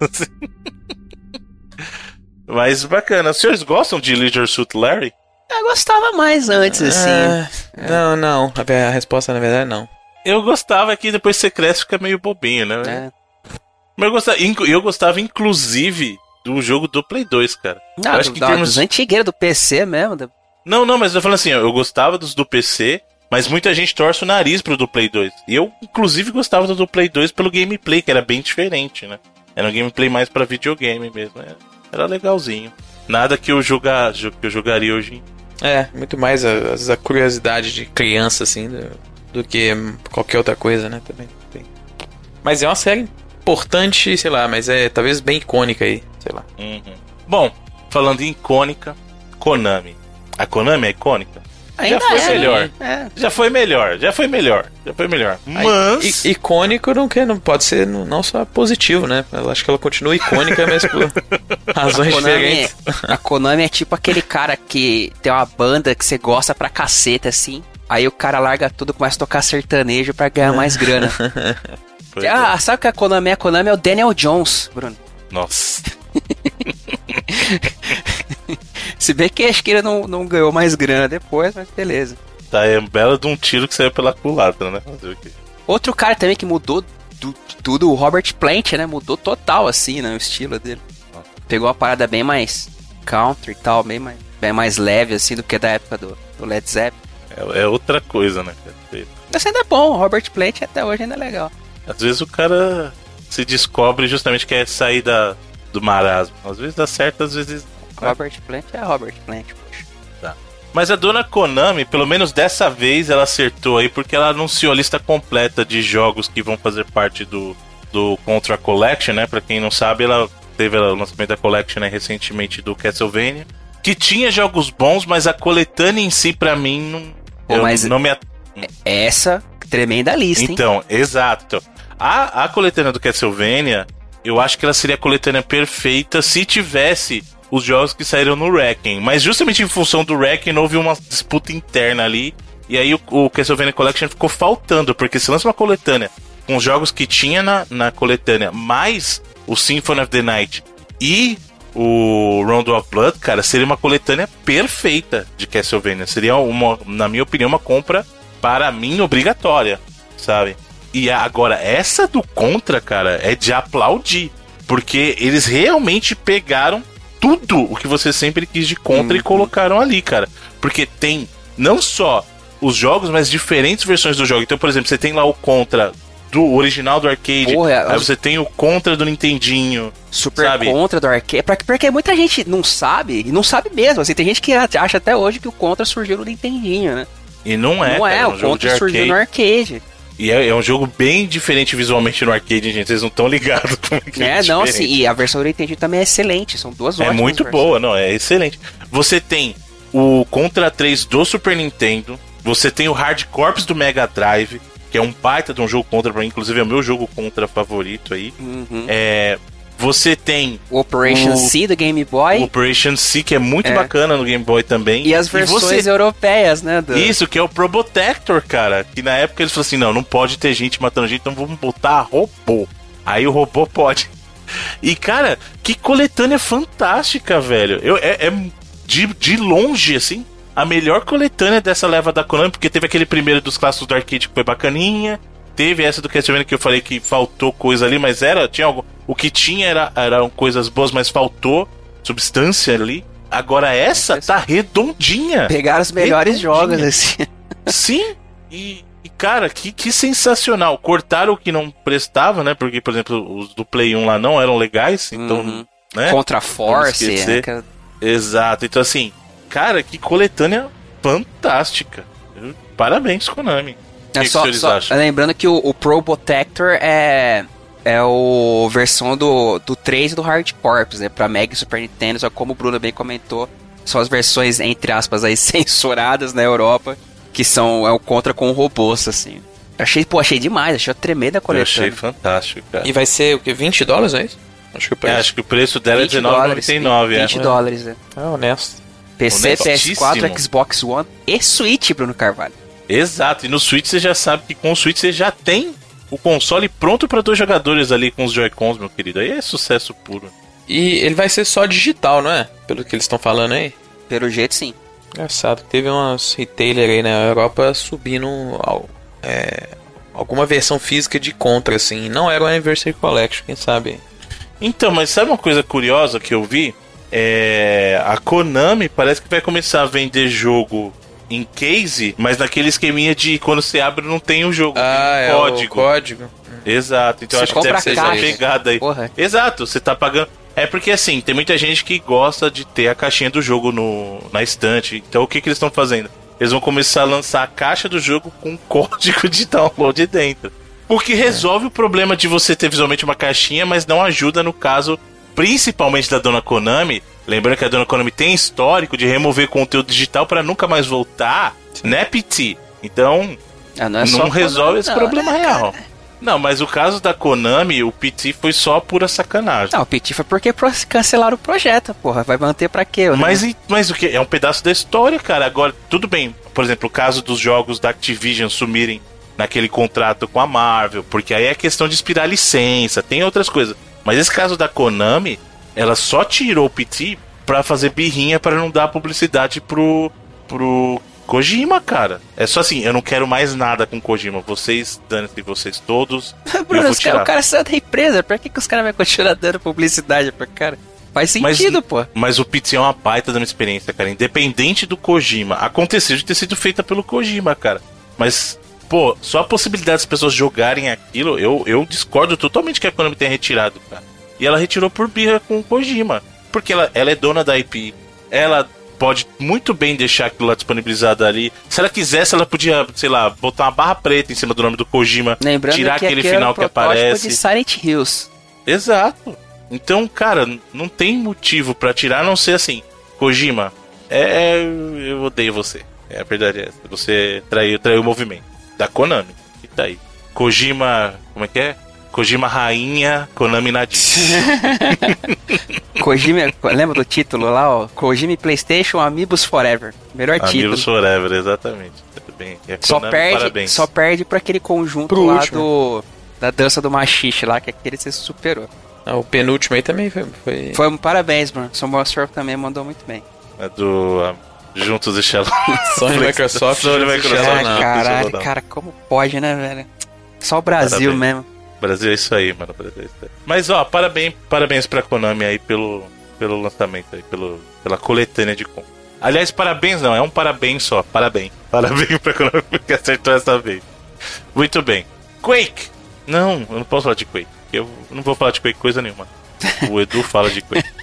Mas bacana. Os senhores gostam de Leisure Suit Larry? Eu gostava mais antes, assim. É, Não, não. A, a resposta, na verdade, não. Eu gostava que depois você cresce e fica meio bobinho, né? É. Mas eu gostava, inclu- eu gostava, inclusive, do jogo do Play dois, cara. Não, eu acho do, que em da- termos... dos antigueiros do P C mesmo. da- Não, não, mas eu tô falando assim, ó, eu gostava dos do P C, Mas muita gente torce o nariz pro do Play dois. E eu, inclusive, gostava do do Play dois pelo gameplay, que era bem diferente, né? Era um gameplay mais pra videogame mesmo. Era legalzinho. Nada que eu, jogar, que eu jogaria hoje. É, muito mais às vezes a curiosidade de criança, assim, do, do que qualquer outra coisa, né? Também tem. Mas é uma série importante, sei lá, mas é talvez bem icônica aí, sei lá. Uhum. Bom, falando em icônica, Konami. A Konami é icônica? Ainda já foi é, melhor. É. Já foi melhor, já foi melhor, já foi melhor. Mas... I, icônico não, quer, não pode ser não só positivo, né? Eu acho que ela continua icônica, mas por razões a Konami, diferentes. A Konami é tipo aquele cara que tem uma banda que você gosta pra caceta, assim. Aí o cara larga tudo e começa a tocar sertanejo pra ganhar mais grana. Ah, sabe o que a Konami é? A Konami é o Daniel Jones, Bruno. Nossa. Se bem que acho que ele não, não ganhou mais grana depois, mas beleza. Tá, é um belo de um tiro que saiu pela culatra, né? Outro cara também que mudou do, tudo, o Robert Plant, né? Mudou total, assim, né? O estilo dele. Pegou uma parada bem mais country e tal, bem mais, bem mais leve, assim, do que da época do, do Led Zeppelin. É, é outra coisa, né? Mas ainda é bom, o Robert Plant até hoje ainda é legal. Às vezes o cara se descobre justamente que é sair da, do marasmo. Às vezes dá certo, às vezes... Robert Plant é Robert Plant, poxa. Tá. Mas a dona Konami, pelo menos dessa vez, ela acertou aí, porque ela anunciou a lista completa de jogos que vão fazer parte do, do Contra Collection, né? Pra quem não sabe, ela teve o lançamento da Collection, né, recentemente do Castlevania, que tinha jogos bons, mas a coletânea em si, pra mim, não, Pô, eu, mas não me... Essa, tremenda lista, hein? Então, exato. A, a coletânea do Castlevania, eu acho que ela seria a coletânea perfeita se tivesse os jogos que saíram no Wrecking. Mas justamente em função do Wrecking houve uma disputa interna ali. E aí o, o Castlevania Collection ficou faltando. Porque se lança uma coletânea com os jogos que tinha na, na coletânea, mais o Symphony of the Night e o Round of Blood, cara, seria uma coletânea perfeita de Castlevania. Seria, uma, na minha opinião, uma compra, para mim, obrigatória, sabe? E agora, essa do Contra, cara, é de aplaudir. Porque eles realmente pegaram tudo o que você sempre quis de Contra, uhum, e colocaram ali, cara. Porque tem não só os jogos, mas diferentes versões do jogo. Então, por exemplo, você tem lá o Contra do original do arcade. Porra, aí você tem o Contra do Nintendinho. Super sabe? Contra do arcade. Porque muita gente não sabe, e não sabe mesmo. Assim, tem gente que acha até hoje que o Contra surgiu no Nintendinho, né? E não é, Não cara, é, é um o Contra surgiu no arcade. E é, é um jogo bem diferente visualmente no arcade, gente. Vocês não estão ligados como é que é, é não, sim. E a versão do Nintendo também é excelente. São duas ótimas. É muito versões. boa, não, é excelente. Você tem o Contra três do Super Nintendo. Você tem o Hard Corps do Mega Drive, que é um baita de um jogo Contra pra mim. Inclusive é o meu jogo Contra favorito aí. Uhum. É... Você tem o Operation o, C do Game Boy. O Operation C, que é muito é. bacana no Game Boy também. E as versões e você... europeias, né? Do... Isso, que é o Probotector, cara. Que na época eles falaram assim, não, não pode ter gente matando gente, então vamos botar robô. Aí o robô pode. E, cara, que coletânea fantástica, velho. Eu, é é de, de longe, assim, a melhor coletânea dessa leva da Konami, porque teve aquele primeiro dos clássicos do arcade que foi bacaninha. Teve essa do Castlevania que eu falei que faltou coisa ali, mas era, tinha algo. O que tinha era, eram coisas boas, mas faltou substância ali. Agora essa tá redondinha. Pegaram os melhores redondinha. Jogos, assim. Sim, e, e cara, que, que sensacional. Cortaram o que não prestava, né? Porque, por exemplo, os do Play um lá não eram legais, então. Uhum. Né? Contra Force. É, que... Exato, então assim, cara, que coletânea fantástica. Parabéns, Konami. É, que só, que só lembrando que o, o Probotector é é o versão do, do três e do Hard Corps, né? Pra Mega e Super Nintendo, só como o Bruno bem comentou, são as versões, entre aspas, aí, censuradas na Europa, que são é o Contra com robôs, assim. Achei, pô, achei demais, achei uma tremenda coletânea. Eu achei fantástico, cara. E vai ser o que? vinte dólares, é isso? Acho que o preço, é, acho que o preço dela é dezenove reais e noventa e nove centavos. vinte dólares, é. É honesto. P C, P S quatro, Xbox One e Switch, Bruno Carvalho. Exato, e no Switch você já sabe que com o Switch você já tem o console pronto para dois jogadores ali com os Joy-Cons, meu querido. Aí é sucesso puro. E ele vai ser só digital, não é? Pelo que eles estão falando aí. Pelo jeito, sim. Engraçado, teve umas retailer aí na Europa subindo ao, é, alguma versão física de Contra, assim. Não era o Anniversary Collection, quem sabe? Então, mas sabe uma coisa curiosa que eu vi? É, a Konami parece que vai começar a vender jogo em case, mas naquele esqueminha de quando você abre não tem o jogo, ah, tem é código. O código. Exato, então você acho que deve ser essa caixa. pegada aí. Porra. Exato, você tá pagando. É porque assim, tem muita gente que gosta de ter a caixinha do jogo no, na estante. Então o que, que eles estão fazendo? Eles vão começar a lançar a caixa do jogo com código de download dentro. O que resolve é. o problema de você ter visualmente uma caixinha, mas não ajuda no caso, principalmente da dona Konami. Lembrando que a dona Konami tem histórico de remover conteúdo digital para nunca mais voltar, Sim. né, P T? Então, ah, não, é não resolve Konami, esse não, problema né, real. Não, mas o caso da Konami, o P T foi só pura sacanagem. Não, o P T foi porque cancelaram o projeto, porra. Vai manter pra quê? Né? Mas, mas o que? É um pedaço da história, cara. Agora, tudo bem. Por exemplo, o caso dos jogos da Activision sumirem naquele contrato com a Marvel, porque aí é questão de expirar licença, tem outras coisas. Mas esse caso da Konami, ela só tirou o P T pra fazer birrinha pra não dar publicidade pro, pro Kojima, cara. É só assim, eu não quero mais nada com Kojima. Vocês, dane-se vocês todos. Bruno, os cara, o cara saiu da empresa. Pra que, que os caras vão continuar dando publicidade pro cara? Faz sentido, mas, pô. Mas o P T é uma baita dando experiência, cara. Independente do Kojima. Aconteceu de ter sido feita pelo Kojima, cara. Mas, pô, só a possibilidade das pessoas jogarem aquilo, eu, eu discordo totalmente que a Konami tenha retirado, cara. E ela retirou por birra com o Kojima. Porque ela, ela é dona da I P. Ela pode muito bem deixar aquilo lá disponibilizado ali. Se ela quisesse, ela podia, sei lá, botar uma barra preta em cima do nome do Kojima. Lembrando tirar que aquele final final que aparece. De Silent Hills. Exato. Então, cara, não tem motivo pra tirar, a não ser assim. Kojima, é, eu odeio você. É a verdade é essa. Você traiu, traiu o movimento da Konami. E tá aí. Kojima, como é que é? Kojima rainha, Konami nadinha. Kojima, lembra do título lá, ó? Kojima PlayStation Amiibos Forever. Melhor Amiibos título. Amiibos Forever, exatamente. Tudo bem. É só Konami, perde, parabéns. só perde pra aquele conjunto Pro lá último. do da dança do machixe lá, que aquele se superou. Ah, o penúltimo aí também foi... Foi, foi um parabéns, mano. Samuel Surf também mandou muito bem. É do... Uh, Juntos e Shalom. Sony Microsoft. Sony Microsoft. Ai, não, caralho, cara, como pode, né, velho? Só o Brasil parabéns. mesmo. Brasil é isso aí, mano. Brasil é isso aí. Mas, ó, parabéns, parabéns pra Konami aí pelo, pelo lançamento aí, pelo, pela coletânea de compra. Aliás, parabéns não, é um parabéns só. Parabéns. Parabéns pra Konami que acertou essa vez. Muito bem. Quake! Não, eu não posso falar de Quake. Eu não vou falar de Quake coisa nenhuma. O Edu fala de Quake.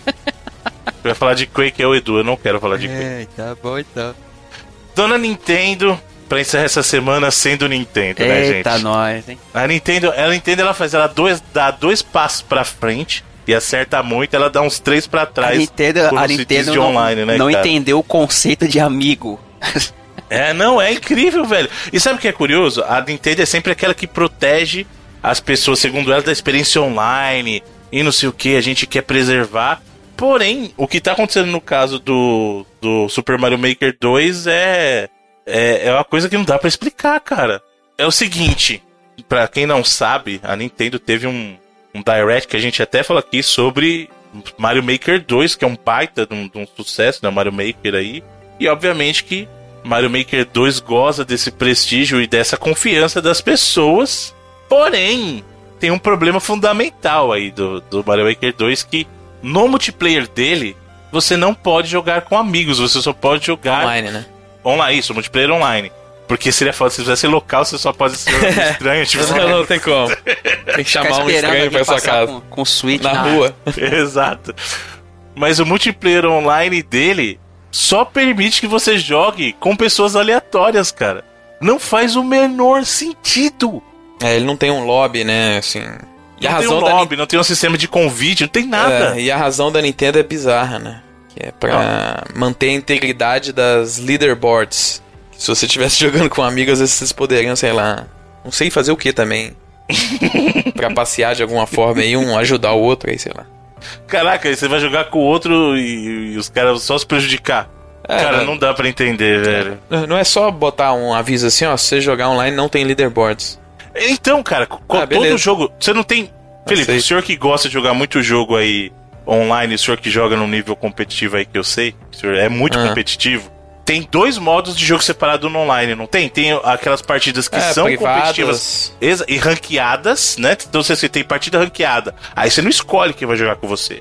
Vai falar de Quake é o Edu, eu não quero falar de Quake. É, tá bom então. Dona Nintendo, pra encerrar essa semana sendo Nintendo, né, gente? Eita, nós, hein? A Nintendo, a Nintendo ela faz, ela dois, dá dois passos pra frente e acerta muito, ela dá uns três pra trás. A Nintendo, a Nintendo de não, online, né, não cara? entendeu o conceito de amigo. É, não, é incrível, velho. E sabe o que é curioso? A Nintendo é sempre aquela que protege as pessoas, segundo ela, da experiência online e não sei o que, a gente quer preservar. Porém, o que tá acontecendo no caso do, do Super Mario Maker dois é, é, é uma coisa que não dá pra explicar, cara. É o seguinte, pra quem não sabe, a Nintendo teve um, um Direct que a gente até falou aqui sobre Mario Maker dois, que é um baita de um, de um sucesso, né, Mario Maker aí. E obviamente que Mario Maker dois goza desse prestígio e dessa confiança das pessoas. Porém, tem um problema fundamental aí do, do Mario Maker dois, que no multiplayer dele, você não pode jogar com amigos, você só pode jogar... Online, né? Online, isso, multiplayer online. Porque seria foda, se fizesse local, você só pode ser um estranho, tipo... Não, não tem como. Tem que chamar um estranho pra sua casa. Com, com Switch na, na rua. Exato. Mas o multiplayer online dele só permite que você jogue com pessoas aleatórias, cara. Não faz o menor sentido. É, ele não tem um lobby, né, assim... E não a razão tem um da lobby, não tem um sistema de convite, não tem nada. É, e a razão da Nintendo é bizarra, né? Que é pra ah. manter a integridade das leaderboards. Se você estivesse jogando com amigos, às vezes vocês poderiam, sei lá... Não sei fazer o que também. Pra passear de alguma forma aí, um ajudar o outro aí, sei lá. Caraca, aí você vai jogar com o outro e, e os caras só se prejudicar. É, cara, não dá pra entender, velho. Não é só botar um aviso assim, ó, se você jogar online não tem leaderboards. Então, cara, ah, todo jogo... Você não tem... Felipe, o senhor que gosta de jogar muito jogo aí online, o senhor que joga num nível competitivo aí que eu sei, o senhor é muito ah. competitivo, tem dois modos de jogo separado no online, não tem? Tem aquelas partidas que é, são privadas. Competitivas e ranqueadas, né? Então você tem partida ranqueada, aí você não escolhe quem vai jogar com você. Ou Isso. você tem as partidas que você monta um lobbyzinho só pra diversão, cara. Acabou. Uhum.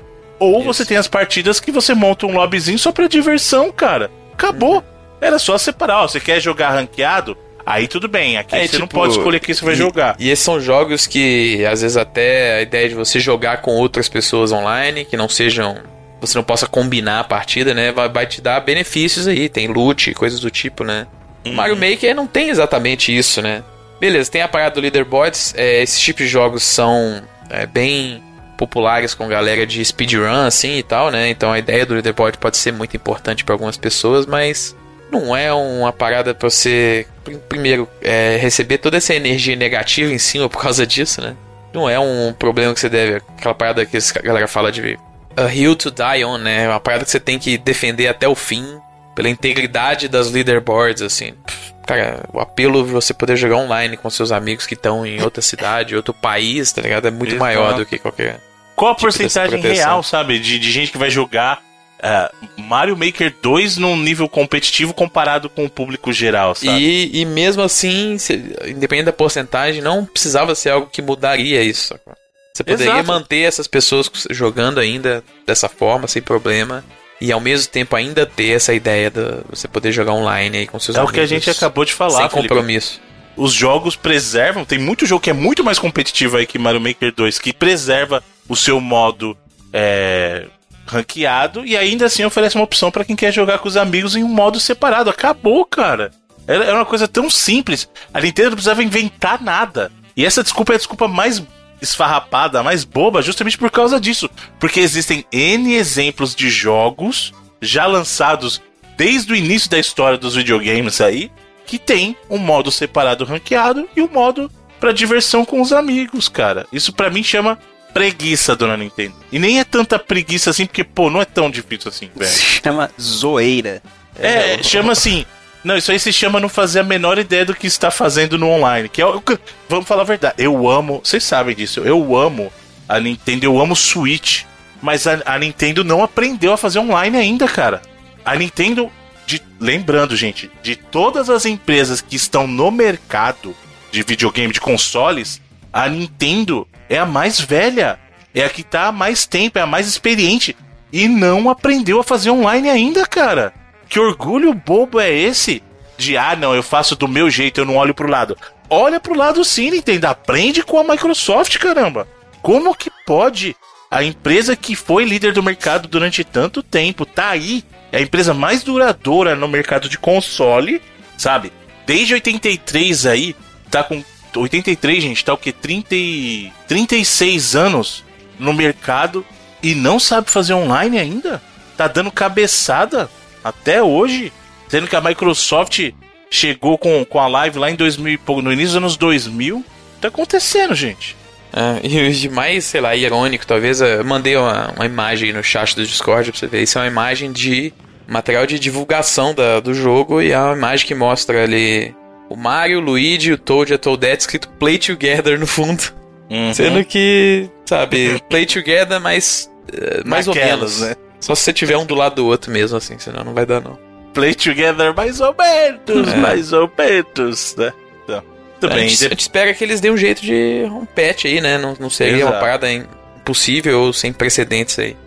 Era só separar, ó, você quer jogar ranqueado? Aí tudo bem, aqui é, você tipo, não pode escolher quem você vai e, jogar. E esses são jogos que, às vezes, até a ideia de você jogar com outras pessoas online, que não sejam... Você não possa combinar a partida, né? Vai, vai te dar benefícios aí, tem loot, coisas do tipo, né? Uhum. Mario Maker não tem exatamente isso, né? Beleza, tem a parada do Leaderboards, é, esses tipos de jogos são é, bem populares com galera de speedrun, assim, e tal, né? Então a ideia do Leaderboard pode ser muito importante para algumas pessoas, mas... Não é uma parada pra você, primeiro, é, receber toda essa energia negativa em cima por causa disso, né? Não é um problema que você deve... Aquela parada que a galera fala de a hill to die on, né? Uma parada que você tem que defender até o fim, pela integridade das leaderboards, assim. Cara, o apelo de você poder jogar online com seus amigos que estão em outra cidade, outro país, tá ligado? É muito Exato. maior do que qualquer... Qual a tipo porcentagem real, sabe? De, de gente que vai jogar... Uh, Mario Maker dois num nível competitivo comparado com o público geral, sabe? E, e mesmo assim, se, independente da porcentagem, não precisava ser algo que mudaria isso. Você poderia Exato. manter essas pessoas jogando ainda dessa forma, sem problema, e ao mesmo tempo ainda ter essa ideia de você poder jogar online aí com seus é amigos. É o que a gente acabou de falar, sem Felipe. compromisso. Os jogos preservam, tem muito jogo que é muito mais competitivo aí que Mario Maker dois, que preserva o seu modo... É... ranqueado, e ainda assim oferece uma opção pra quem quer jogar com os amigos em um modo separado. Acabou, cara. Era uma coisa tão simples. A Nintendo não precisava inventar nada. E essa desculpa é a desculpa mais esfarrapada, mais boba, justamente por causa disso. Porque existem N exemplos de jogos já lançados desde o início da história dos videogames aí, que tem um modo separado ranqueado e um modo pra diversão com os amigos, cara. Isso pra mim chama preguiça, dona Nintendo. E nem é tanta preguiça assim, porque, pô, não é tão difícil assim, velho. Se chama zoeira. É, é, chama assim... Não, isso aí se chama não fazer a menor ideia do que está fazendo no online. Que é o... Vamos falar a verdade. Eu amo... Vocês sabem disso. Eu amo a Nintendo, eu amo o Switch. Mas a, a Nintendo não aprendeu a fazer online ainda, cara. A Nintendo... De, lembrando, gente, de todas as empresas que estão no mercado de videogame, de consoles, a Nintendo... é a mais velha, é a que tá há mais tempo, é a mais experiente. E não aprendeu a fazer online ainda, cara. Que orgulho bobo é esse? De, ah, não, eu faço do meu jeito, eu não olho pro lado. Olha pro lado sim, Nintendo. Aprende com a Microsoft, caramba. Como que pode a empresa que foi líder do mercado durante tanto tempo, tá aí, é a empresa mais duradoura no mercado de console, sabe? Desde oitenta e três aí, tá com... oitenta e três, gente, tá o quê? trinta e... trinta e seis anos no mercado e não sabe fazer online ainda? Tá dando cabeçada até hoje, sendo que a Microsoft chegou com, com a Live lá em dois mil, no início dos anos dois mil. Tá acontecendo, gente. É, e o de mais, sei lá, irônico, talvez, eu mandei uma, uma imagem no chat do Discord pra você ver. Isso é uma imagem de material de divulgação da, do jogo e é uma imagem que mostra ali... o Mario, o Luigi, o Toad e a Toadette escrito Play Together no fundo. Uhum. Sendo que, sabe, Play Together, mas uh, mais Naquelas, ou menos. Né? Só se você tiver um do lado do outro mesmo, assim, senão não vai dar, não. Play Together mais ou menos, é. mais ou menos, né? Então, tudo a bem. Gente, a gente espera que eles dêem um jeito de um patch aí, né? Não, não seria Exato. uma parada impossível ou sem precedentes aí.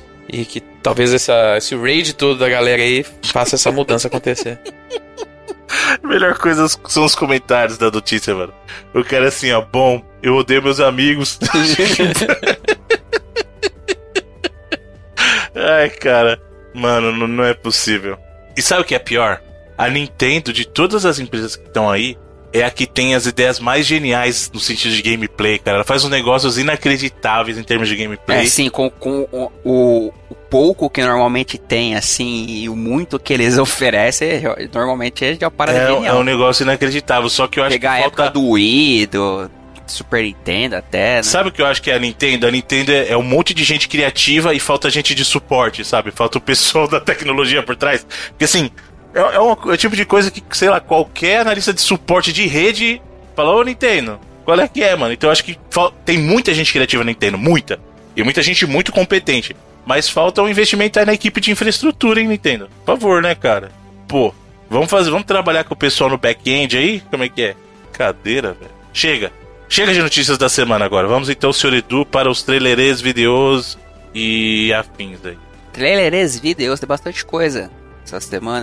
E que talvez essa, esse raid todo da galera aí faça essa mudança acontecer. A melhor coisa são os comentários da notícia, mano. O cara assim, ó, bom, eu odeio meus amigos. Ai, cara. Mano, não, não é possível. E sabe o que é pior? A Nintendo, de todas as empresas que estão aí, é a que tem as ideias mais geniais no sentido de gameplay, cara. Ela faz uns negócios inacreditáveis em termos de gameplay. É, sim, com, com o, o, o pouco que normalmente tem, assim, e o muito que eles oferecem, normalmente é de uma parada é, genial. É um negócio inacreditável, só que eu acho Pegar que falta... a época do Wii, do Super Nintendo até, né? Sabe o que eu acho que é a Nintendo? A Nintendo é, é um monte de gente criativa e falta gente de suporte, sabe? Falta o pessoal da tecnologia por trás. Porque assim... É, é, uma, é o tipo de coisa que, sei lá, qualquer analista de suporte de rede fala, ô Nintendo, qual é que é, mano? Então eu acho que fal- tem muita gente criativa na Nintendo, muita. E muita gente muito competente. Mas falta um investimento aí na equipe de infraestrutura, hein, Nintendo? Por favor, né, cara? Pô, vamos fazer, vamos trabalhar com o pessoal no back-end aí? Como é que é? Cadeira, velho. Chega. Chega de notícias da semana agora. Vamos então, senhor Edu, para os trailerês, vídeos e afins aí. Trailerês, vídeos, tem bastante coisa essa semana.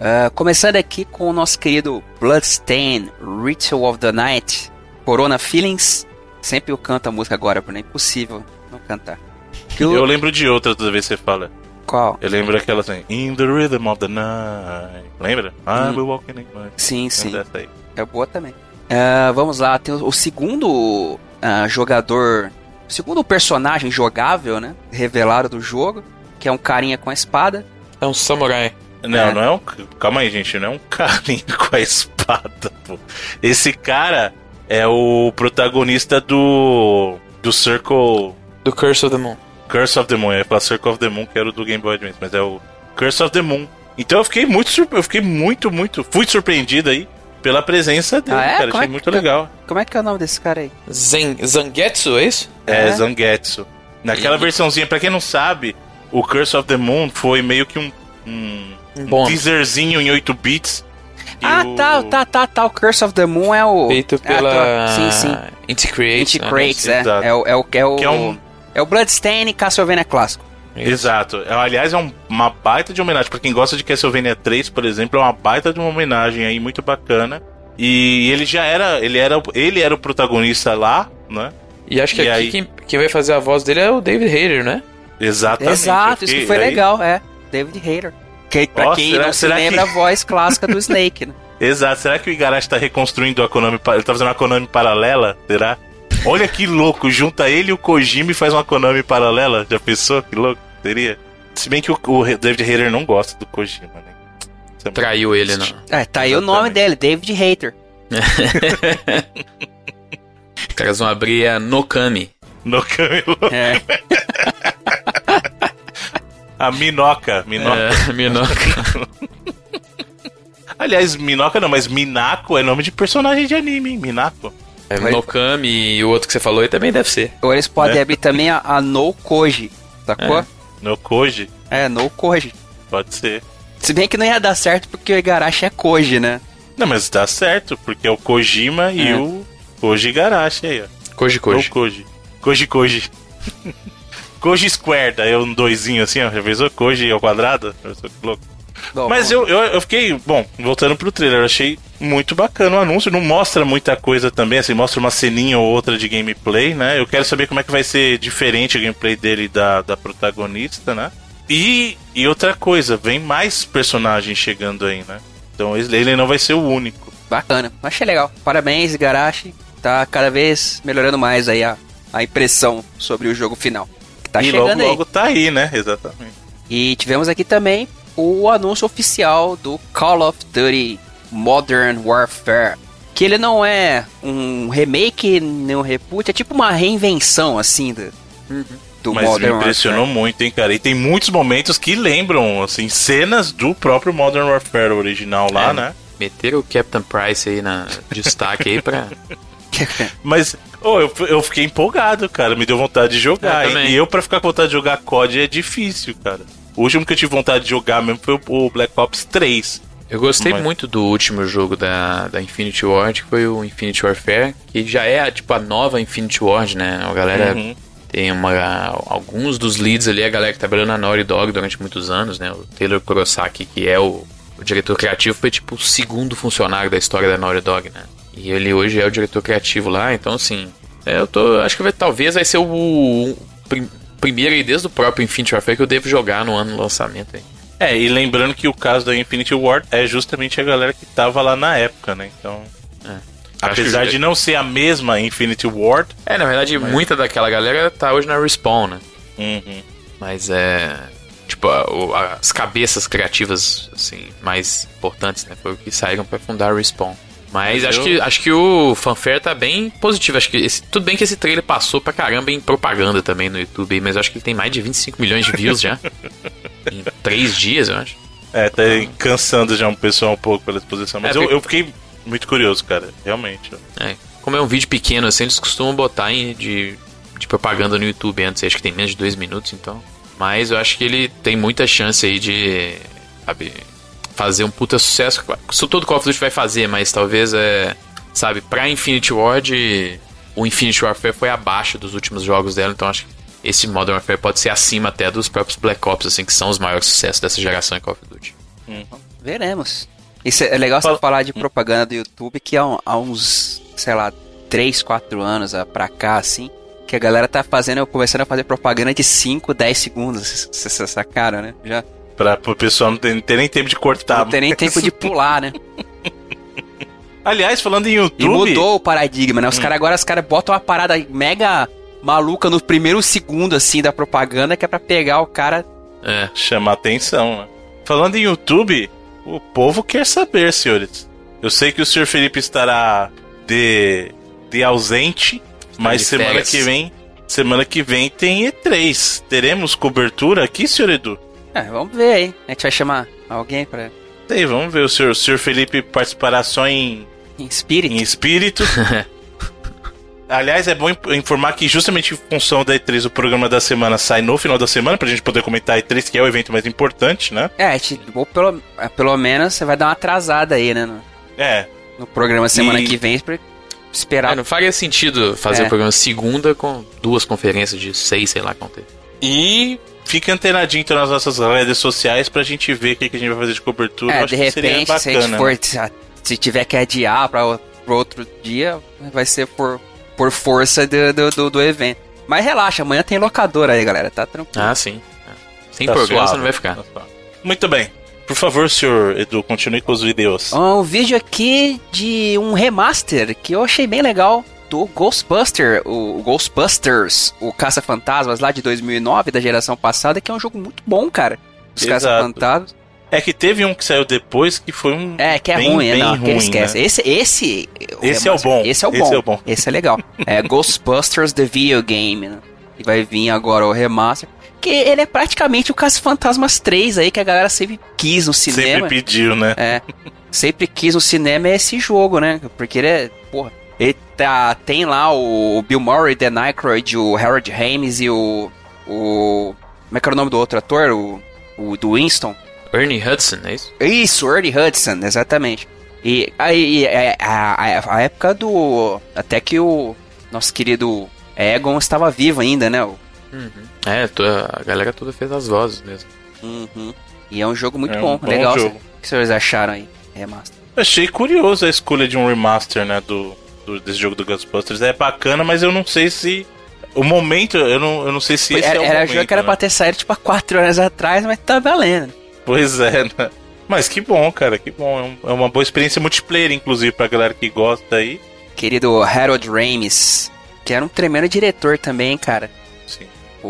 Uh, começando aqui com o nosso querido Bloodstained, Ritual of the Night, Corona Feelings. Sempre eu canto a música agora, porque é impossível não cantar. Eu... eu lembro de outra toda vez que você fala. Qual? Eu lembro aquela assim, In the Rhythm of the Night. Lembra? Hum. I will walk in the night. Sim, sim. É boa também. Uh, vamos lá, tem o, o segundo uh, jogador, o segundo personagem jogável, né? Revelado do jogo, que é um carinha com a espada. É um samurai. Não, é. não é um... Calma aí, gente, não é um carinha com a espada, pô. Esse cara é o protagonista do... do Circle... Do Curse of the Moon. Curse of the Moon, eu ia falar Circle of the Moon, que era o do Game Boy Advance, mas é o Curse of the Moon. Então eu fiquei muito, surpre... eu fiquei muito, muito... Fui surpreendido aí pela presença dele, ah, é? cara, Como achei é que... muito legal. Como é que é o nome desse cara aí? Zen... Zangetsu, é isso? É, é, Zangetsu. Naquela e... versãozinha, pra quem não sabe, o Curse of the Moon foi meio que um... um... Um teaserzinho em oito bits. Ah, o... tá, tá, tá, tá. O Curse of the Moon é o... Feito pela... Ah, sim, sim. Inti-Creates. Inti-Creates, né? é. É o, é o, é o, que é, um... é o Bloodstained Castlevania clássico. Isso. Exato. Aliás, é um, uma baita de homenagem. Pra quem gosta de Castlevania três, por exemplo, é uma baita de uma homenagem aí muito bacana. E ele já era... Ele era, ele era o protagonista lá, né? E acho que e aqui aí... quem, quem vai fazer a voz dele é o David Hayter, né? Exatamente. Exato, isso que foi aí... legal, é. David Hayter. Que, pra oh, quem será, não se lembra, que... a voz clássica do Snake, né? Exato. Será que o Igarashi tá reconstruindo a Konami... Ele tá fazendo uma Konami paralela? Será? Olha que louco. Junta ele e o Kojima e faz uma Konami paralela. Já pensou? Que louco. Seria? Se bem que o, o David Hayter não gosta do Kojima, né? É Traiu ele, não. É, tá aí o nome dele. David Hayter. Os caras vão abrir a Nokami. Nokami. É. A Minoca. Minoca. É, Minoca. Aliás, Minoca não, mas Minako é nome de personagem de anime, hein? Minako. É, Nokami e o outro que você falou aí também deve ser. Ou eles podem é. abrir também a, a No Koji, sacou? É. No Koji? É, No Koji. Pode ser. Se bem que não ia dar certo porque o Igarashi é Koji, né? Não, mas dá certo, porque é o Kojima é. e o Koji Igarashi aí, ó. Koji Koji. Ou Koji. Koji Koji. Koji Square, daí é um doisinho assim, ó. Já pensou? Koji ao quadrado? Eu sou louco. Bom, Mas bom. Eu, eu, eu fiquei... Bom, voltando pro trailer, eu achei muito bacana o anúncio. Não mostra muita coisa também, assim, mostra uma ceninha ou outra de gameplay, né? Eu quero saber como é que vai ser diferente o gameplay dele da, da protagonista, né? E, e outra coisa, vem mais personagens chegando aí, né? Então ele não vai ser o único. Bacana, achei legal. Parabéns, Igarashi. Tá cada vez melhorando mais aí a, a impressão sobre o jogo final. Tá e chegando logo, aí. logo tá aí, né? Exatamente. E tivemos aqui também o anúncio oficial do Call of Duty Modern Warfare. Que ele não é um remake, nem um reboot, é tipo uma reinvenção, assim, do, uhum. do Mas Modern me impressionou Warfare. muito, hein, cara? E tem muitos momentos que lembram, assim, cenas do próprio Modern Warfare original lá, é, né? Meteram o Captain Price aí na destaque aí pra... Mas... Oh, eu, eu fiquei empolgado, cara. Me deu vontade de jogar. Eu e eu, pra ficar com vontade de jogar C O D, é difícil, cara. O último que eu tive vontade de jogar mesmo foi o Black Ops três. Eu gostei Mas... muito do último jogo da, da Infinity Ward, que foi o Infinity Warfare, que já é tipo a nova Infinity Ward, né? A galera uhum. tem uma, alguns dos leads ali, a galera que trabalhou na Naughty Dog durante muitos anos, né? O Taylor Kurosaki, que é o, o diretor criativo, foi tipo o segundo funcionário da história da Naughty Dog, né? E ele hoje é o diretor criativo lá, então assim, é, eu tô, acho que vai, talvez vai ser o, o prim, primeiro aí desde o próprio Infinity Warfare que eu devo jogar no ano do lançamento aí. É, e lembrando que o caso da Infinity Ward é justamente a galera que tava lá na época, né? Então, é. apesar de não ser a mesma Infinity Ward... É, na verdade, mas... muita daquela galera tá hoje na Respawn, né? Uhum. Mas é... Tipo, a, as cabeças criativas, assim, mais importantes, né? Foi o que saíram pra fundar a Respawn. Mas, Mas acho, eu... que, acho que o fanfare tá bem positivo. Acho que esse, tudo bem que esse trailer passou pra caramba em propaganda também no YouTube, mas eu acho que ele tem mais de vinte e cinco milhões de views já. Em três dias, eu acho. É, tá então... cansando já um pessoal um pouco pela exposição. Mas é, eu, porque... eu fiquei muito curioso, cara, realmente. É, como é um vídeo pequeno assim, eles costumam botar em, de, de propaganda no YouTube antes. Acho que tem menos de dois minutos, então. Mas eu acho que ele tem muita chance aí de, sabe, fazer um puta sucesso. Isso todo Call of Duty vai fazer, mas talvez, é, sabe, pra Infinity Ward, o Infinity Warfare foi abaixo dos últimos jogos dela, então acho que esse Modern Warfare pode ser acima até dos próprios Black Ops, assim, que são os maiores sucessos dessa geração em Call of Duty. Uhum. Veremos. Isso é legal Fala... você falar de propaganda do YouTube, que há, há uns, sei lá, três, quatro anos pra cá, assim, que a galera tá fazendo, começando a fazer propaganda de cinco, dez segundos. Essa, essa cara, né? Já. Pra o pessoal não ter, não ter nem tempo de cortar. Não ter nem tempo de pular, né? Aliás, falando em YouTube... E mudou o paradigma, né? Os hum. caras agora, os caras botam uma parada mega maluca no primeiro segundo, assim, da propaganda, que é pra pegar o cara... É, chamar atenção, né? Falando em YouTube, o povo quer saber, senhores. Eu sei que o senhor Felipe estará de, de ausente, mas de semana férias. que vem... Semana que vem tem E três. Teremos cobertura aqui, senhor Edu? É, vamos ver aí. A gente vai chamar alguém pra... Sei, vamos ver. O senhor, o senhor Felipe participará só em... Em espírito. Em espírito. Aliás, é bom informar que justamente em função da E três, o programa da semana sai no final da semana, pra gente poder comentar a E três, que é o evento mais importante, né? É, a gente, ou pelo, pelo menos você vai dar uma atrasada aí, né? No, É. no programa semana E... que vem, pra esperar. É, não faria sentido fazer o É. um programa segunda com duas conferências de seis, sei lá quanto é. E fique antenadinho então nas nossas redes sociais pra gente ver o que, que a gente vai fazer de cobertura. Eu É, acho de que seria repente, se a bacana, gente for, né? se, se tiver que adiar pra, pra outro dia, vai ser por, por força do, do, do, do evento. Mas relaxa, amanhã tem locadora aí, galera, tá tranquilo. Ah, sim. É. Sem Tá programa suave, você não vai ficar. tá suave. Muito bem. Por favor, senhor Edu, continue com os vídeos. Um vídeo aqui de um remaster que eu achei bem legal do Ghostbuster, o Ghostbusters, o Caça-Fantasmas lá de dois mil e nove, da geração passada, que é um jogo muito bom, cara. Os Exato. Caça-Fantasmas. É que teve um que saiu depois que foi um. É, que é bem, ruim, bem não, que ruim, esquece. né? Esse, esse, Esse é o bom. Esse é o bom. Esse é o bom. Esse é legal. É Ghostbusters The Video Game, né? E vai vir agora o remaster. Que ele é praticamente o Caça-Fantasmas três aí, que a galera sempre quis no cinema. Sempre pediu, né? É. Sempre quis no cinema é esse jogo, né? Porque ele é. Porra. Ele tá, tem lá o Bill Murray, Dan Aykroyd, o Harold Ramis e o. O. Como é que era o nome do outro ator? O. O do Winston. Ernie Hudson, é isso? Isso, Ernie Hudson, exatamente. E aí, a, a, a época do. Até que o nosso querido Egon estava vivo ainda, né? O, Uhum. É, toda- a galera toda fez as vozes mesmo. Uhum. E é um jogo muito É um bom, bom legal. jogo. O que vocês acharam aí? Remaster. Achei curioso a escolha de um remaster, né? Do, do- desse jogo do Ghostbusters. É bacana, mas eu não sei se. O momento, eu não, eu não sei se esse Era, é o era momento. jogo que era né? pra ter saído tipo há quatro anos atrás, mas tá valendo. Pois é, né? Mas que bom, cara, que bom. É, um- é uma boa experiência multiplayer, inclusive, pra galera que gosta aí. Querido Harold Ramis, que era um tremendo diretor também, cara. Sim.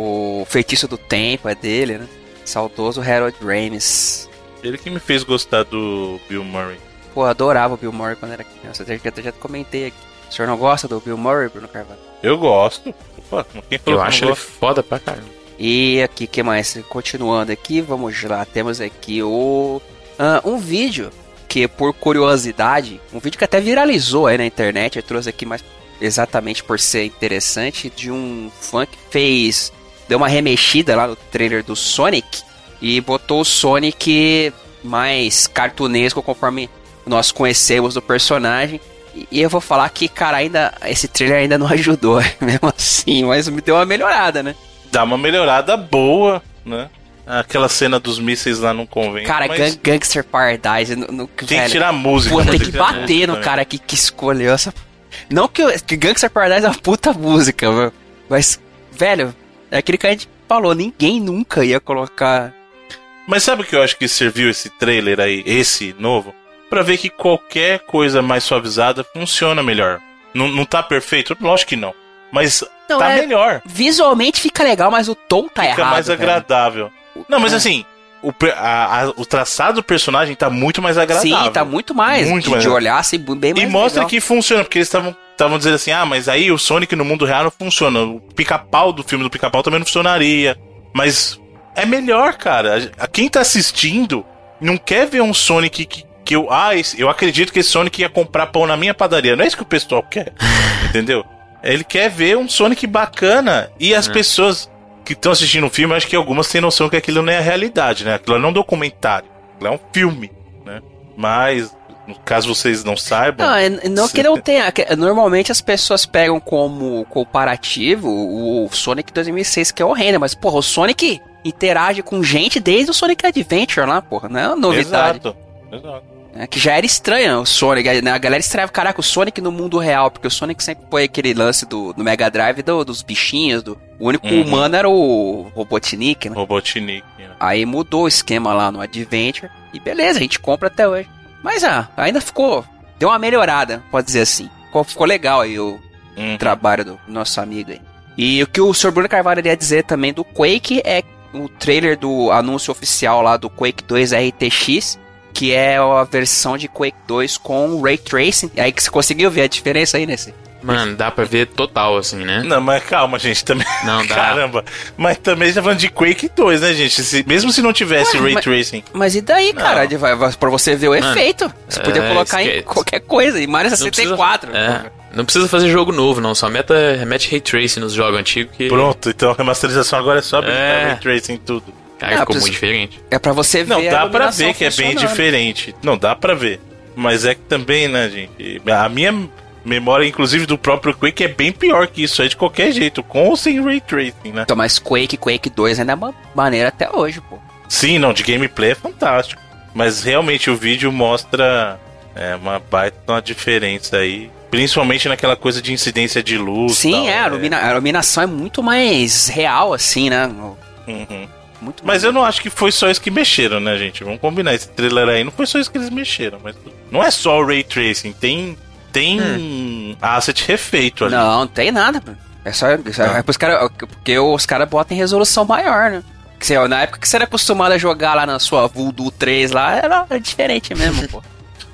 O Feitiço do Tempo é dele, né? Saudoso Harold Ramis. Ele que me fez gostar do Bill Murray. Pô, eu adorava o Bill Murray quando era criança. Eu já, já comentei aqui. O senhor não gosta do Bill Murray, Bruno Carvalho? Eu gosto. Opa, quem falou Eu que acho não ele gosta? foda pra caramba. E aqui, que mais? Continuando aqui, vamos lá. Temos aqui o ah, um vídeo que, por curiosidade, um vídeo que até viralizou aí na internet. Eu trouxe aqui mais exatamente por ser interessante, de um fã que fez, deu uma remexida lá no trailer do Sonic e botou o Sonic mais cartunesco conforme nós conhecemos do personagem. E e eu vou falar que, cara, ainda esse trailer ainda não ajudou, mesmo assim, mas me deu uma melhorada, né? Dá uma melhorada boa, né? Aquela cena dos mísseis lá no convento. Cara, mas Gang- Gangster Paradise, no, no, tem velho, que tirar a música. Pô, né? tem que tirar a bater música no também. cara que, que escolheu essa. Não que, eu, que Gangster Paradise é uma puta música, mano. Mas, velho, é aquele que a gente falou, ninguém nunca ia colocar. Mas sabe o que eu acho que serviu esse trailer aí, esse novo? Pra ver que qualquer coisa mais suavizada funciona melhor. Não, não tá perfeito? Lógico que não. Mas Não, tá é- melhor. Visualmente fica legal, mas o tom tá Fica errado. mais velho. agradável. Não, mas É. assim, o, pe- a- a- o traçado do personagem tá muito mais agradável. Sim, tá muito mais. Muito de, mais. de olhar assim, bem mais E mostra legal. que funciona, porque eles estavam estavam dizendo assim, ah, mas aí o Sonic no mundo real não funciona. O pica-pau do filme do pica-pau também não funcionaria. Mas é melhor, cara. A- Quem tá assistindo não quer ver um Sonic que, que eu... Ah, esse- eu acredito que esse Sonic ia comprar pão na minha padaria. Não é isso que o pessoal quer, entendeu? Ele quer ver um Sonic bacana. E as pessoas que estão assistindo o filme, acho que algumas têm noção que aquilo não é a realidade, né? Aquilo não é um documentário. Aquilo é um filme, né? Mas, no caso vocês não saibam... Não, é- não que não tenha. que- Normalmente as pessoas pegam como comparativo o Sonic dois mil e seis, que é horrendo, mas, porra, o Sonic interage com gente desde o Sonic Adventure lá, porra, não é uma novidade. Exato. exato. É, que já era estranho o Sonic, né? A galera estranhava, caraca, o Sonic no mundo real, porque o Sonic sempre foi aquele lance do, do Mega Drive do, dos bichinhos, do, o único Uhum. humano era o Robotnik, né? Robotnik. Né? Aí mudou o esquema lá no Adventure, e beleza, a gente compra até hoje. Mas ah, ainda ficou, deu uma melhorada, pode dizer assim. Ficou, ficou legal aí o Uhum. trabalho do nosso amigo aí. E o que o senhor Bruno Carvalho ia dizer também do Quake é o trailer do anúncio oficial lá do Quake dois R T X, que é a versão de Quake dois com Ray Tracing. Aí que você conseguiu ver a diferença aí nesse? Mano, dá pra ver total, assim, né? Não, mas calma, gente, também. Não dá. Caramba. Mas também já falando de Quake dois, né, gente? Se- mesmo se não tivesse Ué, Ray mas- Tracing. Mas e daí, Não. cara? De- vai- vai- Pra você ver o Mano, efeito. Você podia é, colocar em esquece. qualquer coisa, em Mario Não sessenta e quatro. precisa, é, não precisa fazer jogo novo, não. Só meta, mete Ray Tracing nos jogos antigos que... Pronto, então a remasterização agora é só habilitar É. Ray Tracing em tudo. Cara, Ah, ficou precisa- muito diferente. É pra você ver Não, a dá pra iluminação ver que é bem funcionando. diferente. Não, dá pra ver. Mas é que também, né, gente? A minha memória, inclusive, do próprio Quake é bem pior que isso aí de qualquer jeito, com ou sem Ray Tracing, né? Então, mas Quake, Quake dois ainda é uma maneira até hoje, pô. Sim, não, de gameplay é fantástico. Mas realmente o vídeo mostra é, uma baita uma diferença aí. Principalmente naquela coisa de incidência de luz. Sim, tal, é, a, ilumina- a iluminação é muito mais real, assim, né? Uhum. Muito Mas mais- eu não acho que foi só isso que mexeram, né, gente? Vamos combinar. Esse trailer aí não foi só isso que eles mexeram. Mas não é só o Ray Tracing. Tem, tem asset refeito ali. Não, não tem nada, pô. É só, é só Não. é pros cara, porque os caras botam em resolução maior, né? Que você- na época que você era acostumado a jogar lá na sua Voodoo três lá, era, era diferente mesmo, pô.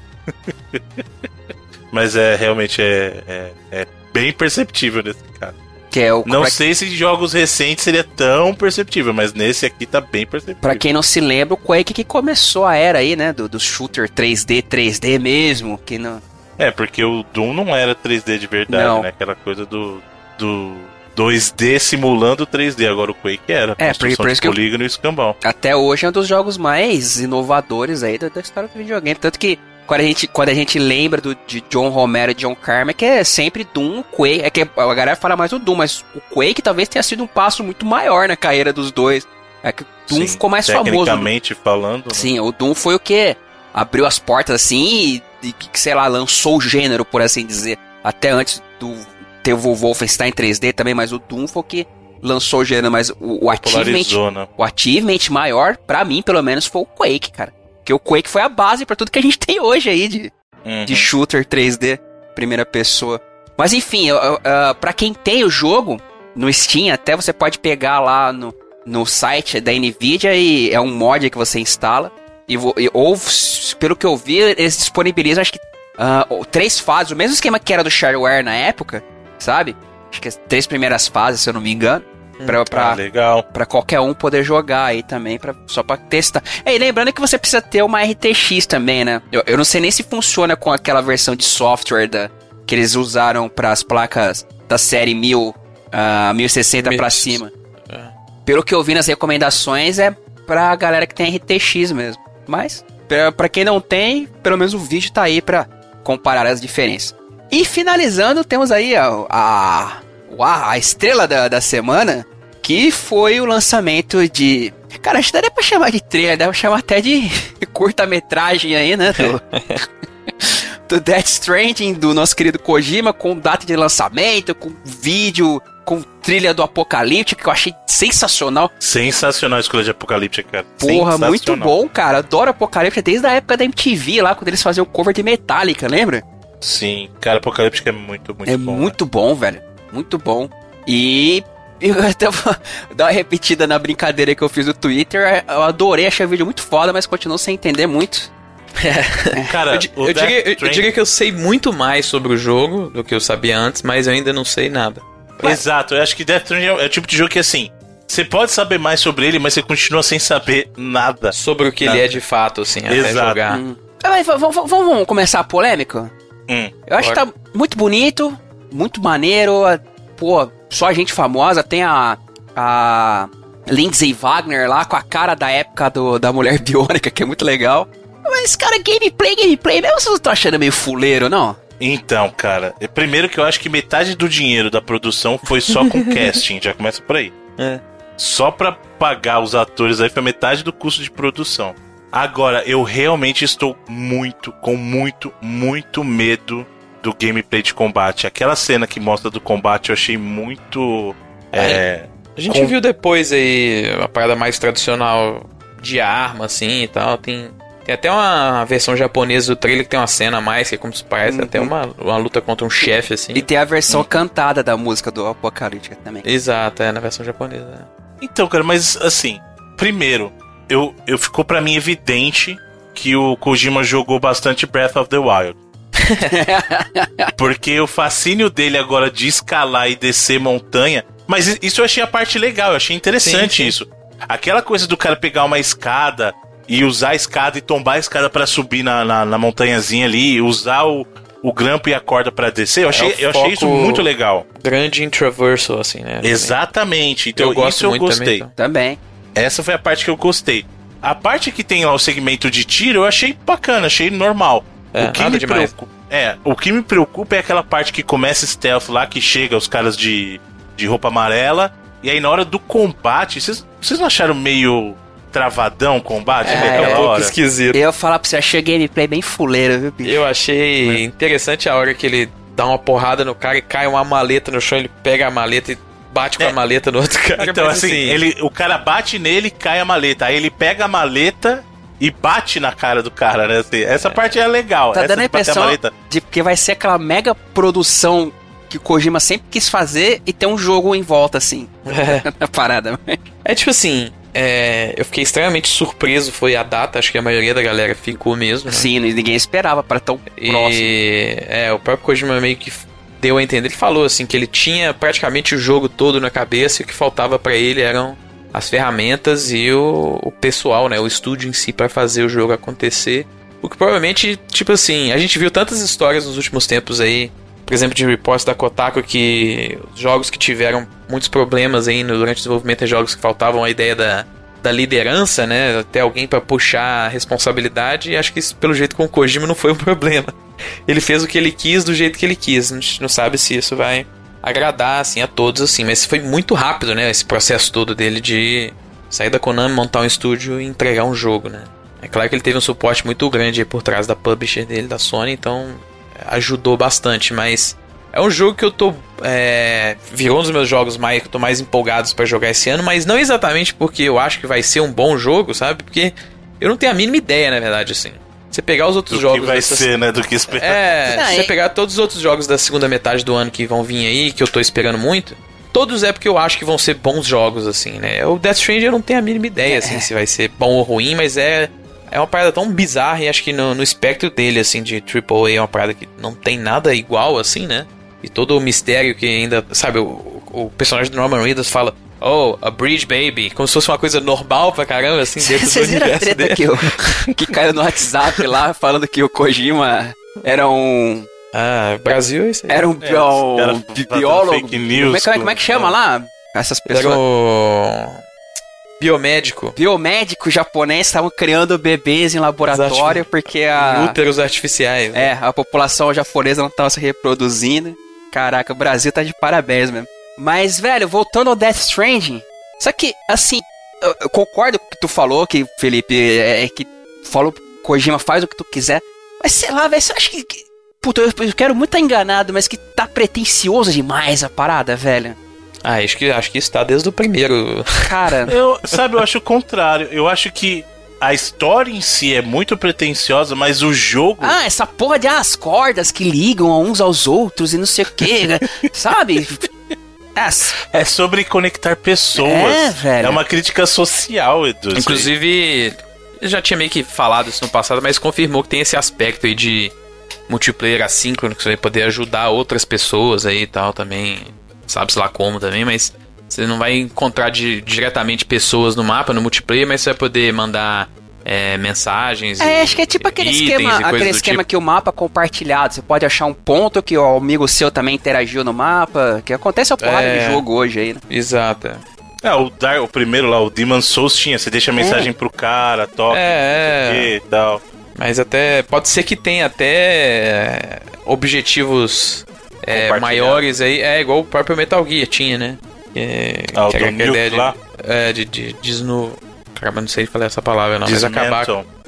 Mas é realmente é, é, é bem perceptível nesse caso. Que é o, Não pra, sei se em jogos recentes seria tão perceptível, mas nesse aqui tá bem perceptível. pra quem não se lembra, o Quake que começou a era aí, né? Do, do shooter três D, três D mesmo, que não... É, porque o Doom não era três D de verdade, Não. né? Aquela coisa do, do dois D simulando três D. Agora o Quake era. É, construção por- por de isso que eu- polígono e escambau. Até hoje é um dos jogos mais inovadores aí da, da história do videogame. Tanto que quando a gente, quando a gente lembra do, de John Romero e John Carmack, é sempre Doom, Quake. É que a galera fala mais do Doom, mas o Quake talvez tenha sido um passo muito maior na carreira dos dois. É que o Doom Sim, ficou mais famoso. Tecnicamente falando. né? Sim, o Doom foi o que abriu as portas assim e, e que, sei lá, lançou o gênero, por assim dizer. Até antes do ter o Wolfenstein três D também, mas o Doom foi o que lançou o gênero, mas o, o achievement, Polarizou, né? o achievement maior, pra mim, pelo menos, foi o Quake, cara. Porque o Quake foi a base pra tudo que a gente tem hoje aí de, Uhum. de shooter três D, primeira pessoa. Mas enfim, eu, eu, uh, pra quem tem o jogo, no Steam, até você pode pegar lá no, no site da Nvidia e é um mod que você instala. E, vo- e- ou, s- pelo que eu vi, eles disponibilizam, acho que, uh, três fases, o mesmo esquema que era do shareware na época, sabe? Acho que as três primeiras fases, se eu não me engano. Pra, pra, Ah, legal. pra qualquer um poder jogar aí também, pra, só pra testar. É, e lembrando que você precisa ter uma R T X também, né? Eu, eu não sei nem se funciona com aquela versão de software da, que eles usaram pras placas da série mil, uh, mil e sessenta pra Mil- cima. É. Pelo que eu vi nas recomendações, é pra galera que tem R T X mesmo. Mas, pra, pra quem não tem, pelo menos o vídeo tá aí pra comparar as diferenças. E finalizando, temos aí a, a, a, a estrela da, da semana, que foi o lançamento de... Cara, acho que daria pra chamar de trailer, dá pra chamar até de curta-metragem aí, né? Do, do Death Stranding, do nosso querido Kojima, com data de lançamento, com vídeo, com trilha do Apocalipse, que eu achei sensacional. Sensacional a escolha de Apocalipse, cara. Porra, muito Sensacional. bom, cara. Adoro Apocalipse desde a época da M T V lá, quando eles faziam o cover de Metallica, lembra? Sim, cara, Apocalipse é muito, muito é bom. muito bom, velho. Muito bom. E eu até vou dar uma repetida na brincadeira que eu fiz no Twitter. Eu adorei, achei o vídeo muito foda, mas continuo sem entender muito. né? Cara, Eu, di- o eu Death diria, eu- eu Stranding- diria que eu sei muito mais sobre o jogo do que eu sabia antes, mas eu ainda não sei nada. Exato, eu acho que Death Stranding é o tipo de jogo que, assim, você pode saber mais sobre ele, mas você continua sem saber nada. Sobre o que Nada. ele é de fato, assim, até Exato. jogar. Hum. Ah, mas v- v- v- vamos começar a polêmica? Hum. Eu acho que tá muito bonito, muito maneiro. a- Pô, só gente famosa. Tem a, a Lindsay Wagner lá com a cara da época do, da Mulher Biônica, que é muito legal. Mas, cara, gameplay, gameplay, mesmo vocês não estão achando meio fuleiro, não? Então, cara, é- primeiro que eu acho que metade do dinheiro da produção foi só com casting, já começa por aí. É. Só pra pagar os atores aí foi metade do custo de produção. Agora, eu realmente estou muito, com muito, muito medo do gameplay de combate. Aquela cena que mostra do combate eu achei muito... É, a gente com... viu depois aí a parada mais tradicional de arma, assim, e tal. Tem, tem até uma versão japonesa do trailer que tem uma cena a mais, que é como se parece uhum. até uma, uma luta contra um chefe, assim. E tem a versão uhum. cantada da música do Apocalíptica também. Exato, é na versão japonesa. Então, cara, mas assim, primeiro, eu, eu ficou pra mim evidente que o Kojima jogou bastante Breath of the Wild. Porque o fascínio dele agora de escalar e descer montanha... Mas isso eu achei a parte legal, eu achei interessante sim, sim. isso. Aquela coisa do cara pegar uma escada e usar a escada e tombar a escada pra subir na, na, na montanhazinha ali, e usar o, o grampo e a corda pra descer, eu achei, é eu achei isso muito legal. Grande intraversal, assim, né? Exatamente, então eu isso eu gostei. Também, então. também. Essa foi a parte que eu gostei. A parte que tem lá o segmento de tiro, eu achei bacana, achei normal. É, o que nada me demais. Preocupa, é, o que me preocupa é aquela parte que começa stealth lá, que chega os caras de... de roupa amarela, e aí na hora do combate, vocês, vocês não acharam meio travadão o combate? É, é um pouco esquisito. Eu ia falar pra você, achei gameplay bem fuleiro, viu, bicho? Eu achei é. interessante a hora que ele dá uma porrada no cara e cai uma maleta no chão, ele pega a maleta e bate com é. a maleta no outro cara. Então, assim, assim ele, o cara bate nele e cai a maleta, aí ele pega a maleta e bate na cara do cara, né? Assim, essa é. parte é legal. Tá essa dando a impressão a de que vai ser aquela mega produção que o Kojima sempre quis fazer e ter um jogo em volta, assim, é. na parada. É tipo assim, é, eu fiquei extremamente surpreso, foi a data, acho que a maioria da galera ficou mesmo. Né? Sim, ninguém esperava para tão e, próximo. É, o próprio Kojima meio que deu a entender, ele falou assim, que ele tinha praticamente o jogo todo na cabeça e o que faltava para ele eram as ferramentas e o, o pessoal, né, o estúdio em si para fazer o jogo acontecer. O que provavelmente, tipo assim, a gente viu tantas histórias nos últimos tempos aí, por exemplo, de reports da Kotaku, que os jogos que tiveram muitos problemas aí durante o desenvolvimento é jogos que faltavam a ideia da, da liderança, né? Ter alguém pra puxar a responsabilidade, e acho que isso, pelo jeito com o Kojima não foi um problema. Ele fez o que ele quis do jeito que ele quis. A gente não sabe se isso vai agradar assim, a todos, assim, mas foi muito rápido, né? Esse processo todo dele de sair da Konami, montar um estúdio e entregar um jogo, né? É claro que ele teve um suporte muito grande aí por trás da publisher dele, da Sony, então ajudou bastante, mas é um jogo que eu tô é, virou um dos meus jogos mais, que eu tô mais empolgados pra jogar esse ano, mas não exatamente porque eu acho que vai ser um bom jogo, sabe? Porque eu não tenho a mínima ideia, na verdade, assim. Você pegar os outros do jogos... Do que vai dessas... ser, né? Do que esperar. É, se você pegar todos os outros jogos da segunda metade do ano que vão vir aí, que eu tô esperando muito, todos é porque eu acho que vão ser bons jogos, assim, né? O Death Stranding eu não tenho a mínima ideia, é. assim, se vai ser bom ou ruim, mas é... É uma parada tão bizarra e acho que no, no espectro dele, assim, de Triple A é uma parada que não tem nada igual, assim, né? E todo o mistério que ainda... Sabe, o, o personagem do Norman Reedus fala Oh, a bridge baby, como se fosse uma coisa normal pra caramba, assim, dentro do universo a treta dele. Que, eu, que caiu no WhatsApp lá, falando que o Kojima era um... Ah, Brasil é isso aí. Era um, é, um biólogo. Fake news, como, é, como é que chama lá? Essas pessoas... Era o... Biomédico. Biomédico japonês, estavam criando bebês em laboratório porque a... Úteros artificiais. Né? É, a população japonesa não estava se reproduzindo. Caraca, o Brasil tá de parabéns mesmo. Mas, velho, voltando ao Death Stranding, só que, assim, eu, eu concordo com o que tu falou, que, Felipe, é, é que falou, Kojima, faz o que tu quiser, mas sei lá, velho, você acha que, que puta, eu, eu quero muito estar enganado, mas que tá pretencioso demais a parada, velho. Ah, acho que, acho que isso tá desde o primeiro. Cara... eu, sabe, eu acho o contrário. Eu acho que a história em si é muito pretensiosa, mas o jogo... Ah, essa porra de ah, as cordas que ligam uns aos outros e não sei o que, sabe? É sobre conectar pessoas. É, velho. É uma crítica social, Edu. Inclusive, eu já tinha meio que falado isso no passado, mas confirmou que tem esse aspecto aí de multiplayer assíncrono, que você vai poder ajudar outras pessoas aí e tal também... Sabe-se lá como também, mas você não vai encontrar de, diretamente pessoas no mapa, no multiplayer, mas você vai poder mandar é, mensagens. É, e, acho que é tipo aquele esquema, aquele esquema tipo. Que o mapa compartilhado. Você pode achar um ponto que o amigo seu também interagiu no mapa, que acontece a porrada é, de jogo hoje aí, né? Exato. É, o, Dark, o primeiro lá, o Demon's Souls tinha, você deixa a mensagem é. pro cara, toca, é, é. e tal. Mas até, pode ser que tenha até objetivos... É, maiores aí, é igual o próprio Metal Gear tinha, né? É, ah, que o era do Milk ideia lá? De, é, de, de desno... Caramba, não sei falar essa palavra não, mas acabar...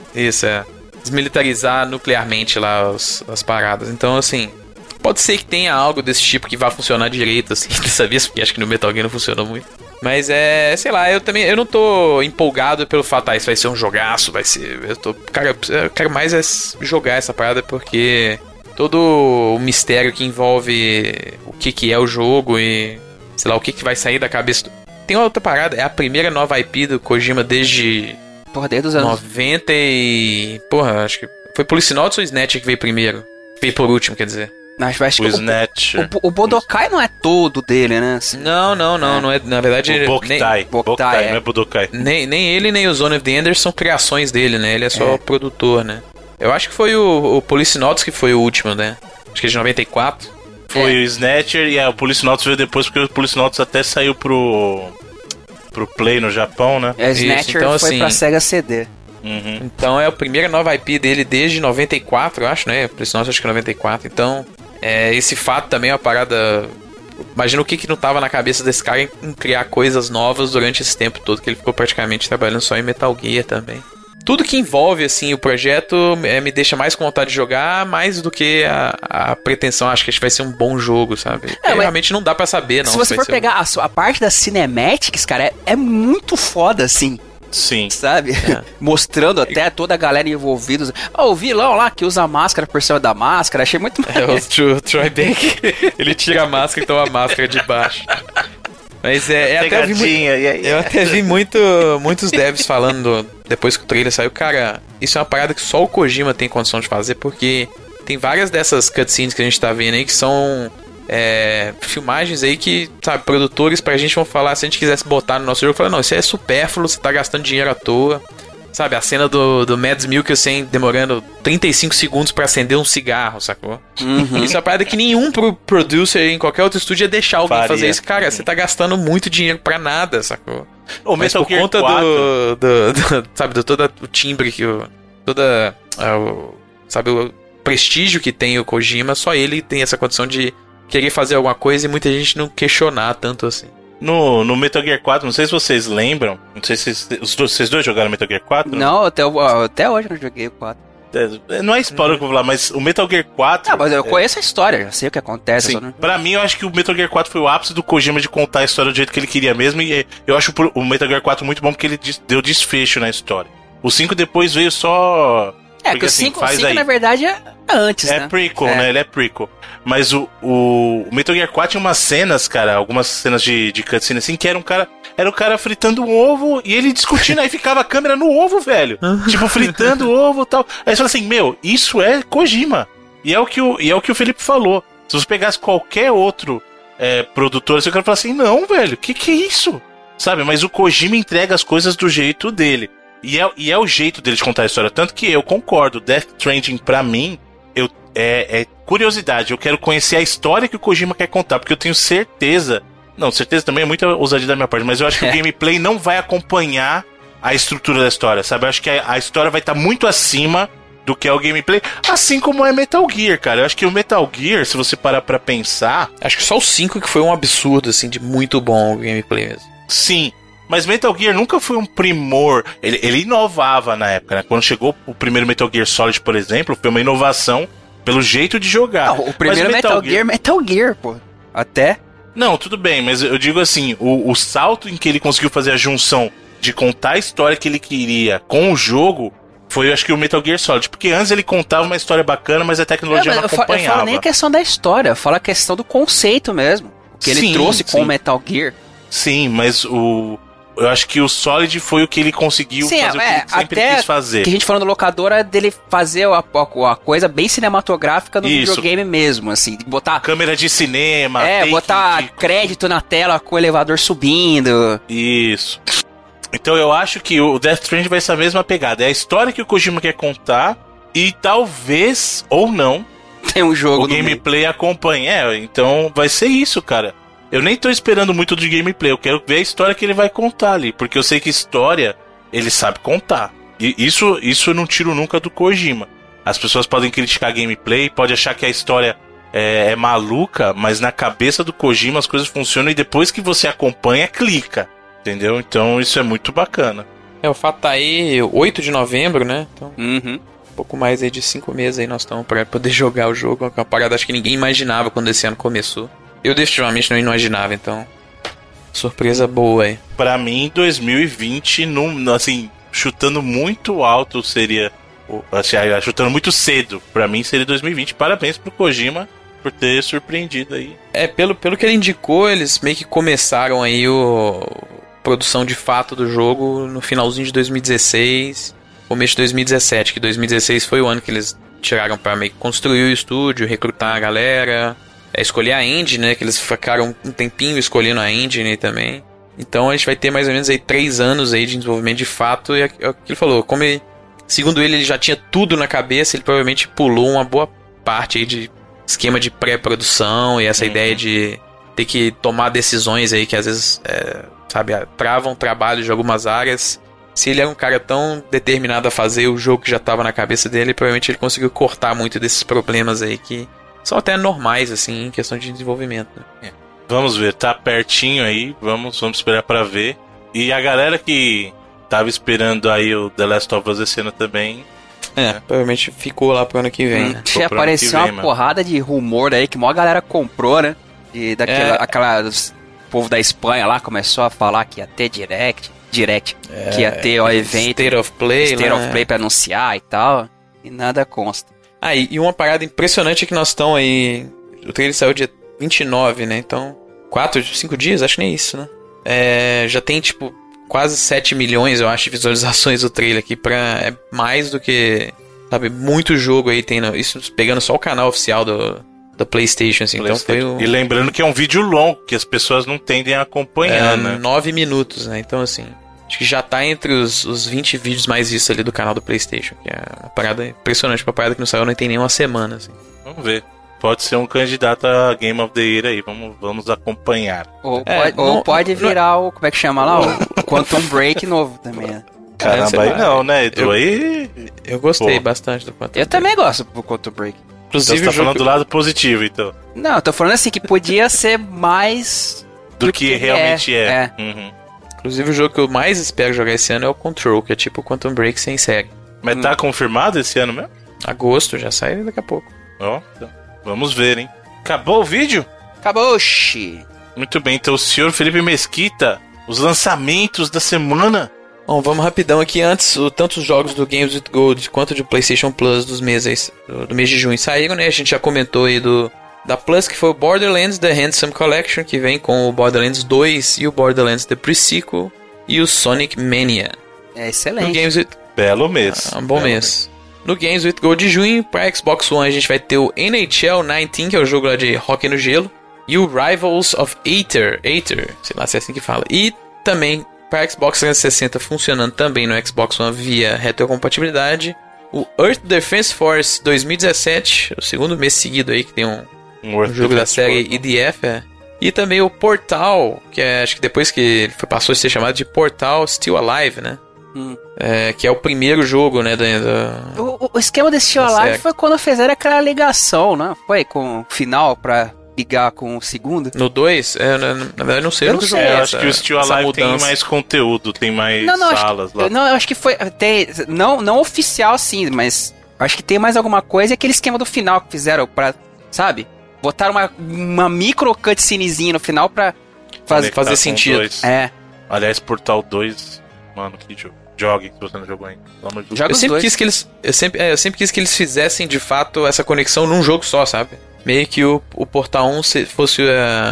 Isso, é. Desmilitarizar nuclearmente lá os, as paradas. Então, assim, pode ser que tenha algo desse tipo que vá funcionar direito, assim, dessa vez, porque acho que no Metal Gear não funcionou muito. Mas é, sei lá, eu também, eu não tô empolgado pelo fato, ah, isso vai ser um jogaço, vai ser, eu tô, cara, eu quero mais é jogar essa parada porque todo o mistério que envolve o que que é o jogo e, sei lá, o que que vai sair da cabeça. Tem outra parada, é a primeira nova I P do Kojima desde... Porra, desde os anos... noventa e... Porra, acho que... Foi Policenauts ou Snatch que veio primeiro? Veio por último, quer dizer. Acho, acho O que Snatch. o, o, o Budokai não é todo dele, né? Assim, Não, não, não, É. não é... Na verdade... O Boktai. Nem, Boktai, Boktai, é. não é Budokai. nem, nem ele, nem o Zone of the Enders são criações dele, né? Ele é só É. produtor, né? Eu acho que foi o, o Policenauts que foi o último, né? Acho que é de noventa e quatro. Foi É. o Snatcher e é, o Policenauts veio depois, porque o Policenauts até saiu pro... pro Play no Japão, né? é, Isso, Snatcher então, foi assim- pra Sega C D. Uhum. Então é a primeira nova I P dele desde noventa e quatro, eu acho, né? Policenauts acho que é noventa e quatro. Então, é, esse fato também é uma parada... Imagina o que que não tava na cabeça desse cara em, em criar coisas novas durante esse tempo todo, que ele ficou praticamente trabalhando só em Metal Gear também. Tudo que envolve, assim, o projeto é, me deixa mais com vontade de jogar, mais do que a, a pretensão. Acho que vai ser um bom jogo, sabe? Porque mas- realmente não dá pra saber, não. Se você vai for ser um- pegar a, sua- a parte das cinematics, cara, é, é muito foda, assim, Sim. sabe? Mostrando até toda a galera envolvida. Ó, o vilão lá que usa a máscara por cima da máscara, achei muito É o Tro- Troy Baker. Ele tira a máscara, então a máscara de baixo. Mas é, é até eu vi muito- Pegadinha, e aí? Eu até vi muito, muitos devs falando depois que o trailer saiu, cara, isso é uma parada que só o Kojima tem condição de fazer, porque tem várias dessas cutscenes que a gente tá vendo aí que são é, filmagens aí que, sabe, produtores pra gente vão falar, se a gente quisesse botar no nosso jogo, falar, não, isso é supérfluo, você tá gastando dinheiro à toa. Sabe, a cena do, do Mads Mikkelsen demorando trinta e cinco segundos pra acender um cigarro, sacou? Uhum. Isso é uma parada que nenhum pro producer em qualquer outro estúdio ia deixar alguém Faria. fazer isso. Cara, você tá gastando muito dinheiro pra nada, sacou? O Mas Metal por Gear conta quatro, do, do, do- sabe, do todo o timbre que o... Toda... ah, o, sabe, o prestígio que tem o Kojima, só ele tem essa condição de querer fazer alguma coisa e muita gente não questionar tanto assim. No, no Metal Gear quatro, não sei se vocês lembram, não sei se vocês, os dois, vocês dois jogaram Metal Gear quatro? Não, até, o- até hoje eu não joguei o quatro. É, não é spoiler que eu vou falar, mas o Metal Gear quatro... Ah, mas eu é, conheço a história, já sei o que acontece. sim, só não... pra mim eu acho que o Metal Gear quatro foi o ápice do Kojima de contar a história do jeito que ele queria mesmo, e eu acho o Metal Gear quatro muito bom porque ele des- deu desfecho na história. O cinco depois veio só... É, porque, que o assim, cinco, faz aí. na verdade é antes, É né? prequel, É. né? Ele é prequel. Mas o, o, o Metal Gear quatro tinha umas cenas, cara, algumas cenas de, de cutscene assim, que era um cara, era o cara fritando um ovo e ele discutindo, aí ficava a câmera no ovo, velho. Tipo, fritando o ovo e tal. Aí você fala assim, meu, isso é Kojima. E é o que o, e é o, que o Felipe falou. Se você pegasse qualquer outro é, produtor, você cara fala assim, não, velho, que que é isso? Sabe? Mas o Kojima entrega as coisas do jeito dele. E é, e é o jeito dele de contar a história. Tanto que eu concordo, Death Stranding, pra mim, eu, é, é curiosidade. Eu quero conhecer a história que o Kojima quer contar, porque eu tenho certeza... Não, certeza também é muita ousadia da minha parte, mas eu acho que É. o gameplay não vai acompanhar a estrutura da história, sabe? Eu acho que a, a história vai estar muito acima do que é o gameplay, assim como é Metal Gear, cara. Eu acho que o Metal Gear, se você parar pra pensar... Acho que só o cinco que foi um absurdo, assim, de muito bom o gameplay mesmo. Sim, mas Metal Gear nunca foi um primor. Ele, ele inovava na época, né? Quando chegou o primeiro Metal Gear Solid, por exemplo, foi uma inovação pelo jeito de jogar. Não, o primeiro Mas Metal, Gear, Metal Gear, pô. Até. Não, tudo bem, mas eu digo assim, o, o salto em que ele conseguiu fazer a junção de contar a história que ele queria com o jogo foi, eu acho que, o Metal Gear Solid. Porque antes ele contava uma história bacana, mas a tecnologia não, eu, fa- eu acompanhava. falo nem a questão da história, eu falo a questão do conceito mesmo. Que ele Sim, trouxe com sim. o Metal Gear. Sim, mas o... Eu acho que o Solid foi o que ele conseguiu Sim, fazer o que é, ele sempre até quis fazer. que a gente falando locadora dele fazer a, a, a coisa bem cinematográfica no Isso. videogame mesmo, assim, de botar, Câmera de cinema. é, take botar de- crédito na tela com o elevador subindo. Isso. Então eu acho que o Death Stranding vai ser a mesma pegada. É a história que o Kojima quer contar e talvez, ou não, Tem um jogo o no meio. gameplay acompanhe. É, então vai ser isso, cara. Eu nem tô esperando muito de gameplay, eu quero ver a história que ele vai contar ali, porque eu sei que história ele sabe contar. E isso, isso eu não tiro nunca do Kojima. As pessoas podem criticar gameplay, pode achar que a história é, é maluca, mas na cabeça do Kojima as coisas funcionam e depois que você acompanha, clica. Entendeu? Então isso é muito bacana. É, o fato tá aí oito de novembro, né? Então, Uhum. um pouco mais aí de cinco meses aí nós estamos pra poder jogar o jogo. É uma parada acho que ninguém imaginava quando esse ano começou. Eu definitivamente não imaginava, então... Surpresa boa aí. Pra mim, dois mil e vinte, num, assim, chutando muito alto seria... Assim, chutando muito cedo, pra mim seria dois mil e vinte. Parabéns pro Kojima por ter surpreendido aí. É, pelo, pelo que ele indicou, eles meio que começaram aí o... produção de fato do jogo no finalzinho de dois mil e dezesseis, começo de dois mil e dezessete, que dois mil e dezesseis foi o ano que eles tiraram pra meio que construir o estúdio, recrutar a galera, é, escolher a engine, né, que eles ficaram um tempinho escolhendo a engine também. Então a gente vai ter mais ou menos aí três anos aí de desenvolvimento de fato, e é o que ele falou, como ele, segundo ele, ele já tinha tudo na cabeça, ele provavelmente pulou uma boa parte aí de esquema de pré-produção e essa uhum. ideia de ter que tomar decisões aí que às vezes... É, sabe, travam o trabalho de algumas áreas. Se ele era um cara tão determinado a fazer o jogo que já estava na cabeça dele, provavelmente ele conseguiu cortar muito desses problemas aí que são até normais, assim, em questão de desenvolvimento. É. Vamos ver, tá pertinho aí, vamos, vamos esperar pra ver. E a galera que tava esperando aí o The Last of Us esse ano também... É, é. provavelmente ficou lá pro ano que vem, hum, né? Tinha aparecido uma mano. porrada de rumor aí que a maior galera comprou, né? E daquela... É. Aquela, o povo da Espanha lá começou a falar que ia ter Direct, Direct, é, que ia ter o evento, State of Play, State lá, of Play pra anunciar e tal, e nada consta. Ah, e, e uma parada impressionante é que nós estamos aí, o trailer saiu dia vinte e nove, né, então, quatro, cinco dias, acho que nem isso, né, é, já tem, tipo, quase sete milhões, eu acho, de visualizações do trailer aqui, pra, é mais do que, sabe, muito jogo aí tem, isso pegando só o canal oficial do... da PlayStation, assim, PlayStation. Então foi o... E lembrando que é um vídeo longo, que as pessoas não tendem a acompanhar, é, né? nove minutos, né? Então, assim, acho que já tá entre os, os vinte vídeos mais vistos ali do canal do PlayStation, que é uma parada impressionante, uma parada que não saiu nem tem nem uma semana, assim. Vamos ver. Pode ser um candidato a Game of the Year aí, vamos, vamos acompanhar. Ou, é, pode, não, ou pode virar não... o, como é que chama lá? O Quantum Break novo também, né? Caramba, aí não, né, Edu? Eu, aí... eu gostei Pô. bastante do Quantum Eu Break. também gosto do Quantum Break. Inclusive, então você tá falando do lado positivo, então. Não, eu tô falando assim, que podia ser mais... Do, do que, que realmente é. é. é. Uhum. Inclusive, o jogo que eu mais espero jogar esse ano é o Control, que é tipo Quantum Break sem série. Mas hum. tá confirmado esse ano mesmo? Agosto, já sai daqui a pouco. Ó, oh, então, vamos ver, hein. Acabou o vídeo? Acabou, xi. Muito bem, então o senhor Felipe Mesquita, os lançamentos da semana... Bom, vamos rapidão aqui. Antes, o, tanto os jogos do Games with Gold quanto de PlayStation Plus dos meses, do, do mês de junho saíram, né? A gente já comentou aí do, da Plus, que foi o Borderlands The Handsome Collection, que vem com o Borderlands dois e o Borderlands The Pre-Sequel e o Sonic Mania. É excelente. No Games with... Belo mês. Ah, um bom Belo mês. mês. No Games with Gold de junho, para Xbox One, a gente vai ter o N H L dezenove, que é o jogo lá de hockey no gelo, e o Rivals of Aether, Aether, sei lá se é assim que fala. E também... para Xbox trezentos e sessenta funcionando também no Xbox One via retrocompatibilidade, o Earth Defense Force dois mil e dezessete, o segundo mês seguido aí que tem um, um, um jogo da série E D F, é. E também o Portal, que é, acho que depois que ele foi, passou a ser chamado de Portal Still Alive, né? Hum. É, que é o primeiro jogo, né? Da, da, o, o esquema desse Still Alive série. Foi quando fizeram aquela ligação, né? Foi com o final pra... ligar com o segundo. No dois? É, na, na verdade não sei. Eu não sei. É, eu acho que o Still Alive tem mais conteúdo, tem mais não, não, salas que, lá. Não, eu acho que foi... Tem, não, não oficial, sim, mas acho que tem mais alguma coisa. E aquele esquema do final que fizeram pra... Sabe? Botaram uma, uma micro cutscenezinha no final pra faz, fazer sentido. Dois. É. Aliás, Portal dois... Mano, que jogo. Jogue, se você não jogou ainda. Eu sempre, quis que eles, eu, sempre, é, eu sempre quis que eles fizessem, de fato, essa conexão num jogo só, sabe? Meio que o, o Portal um fosse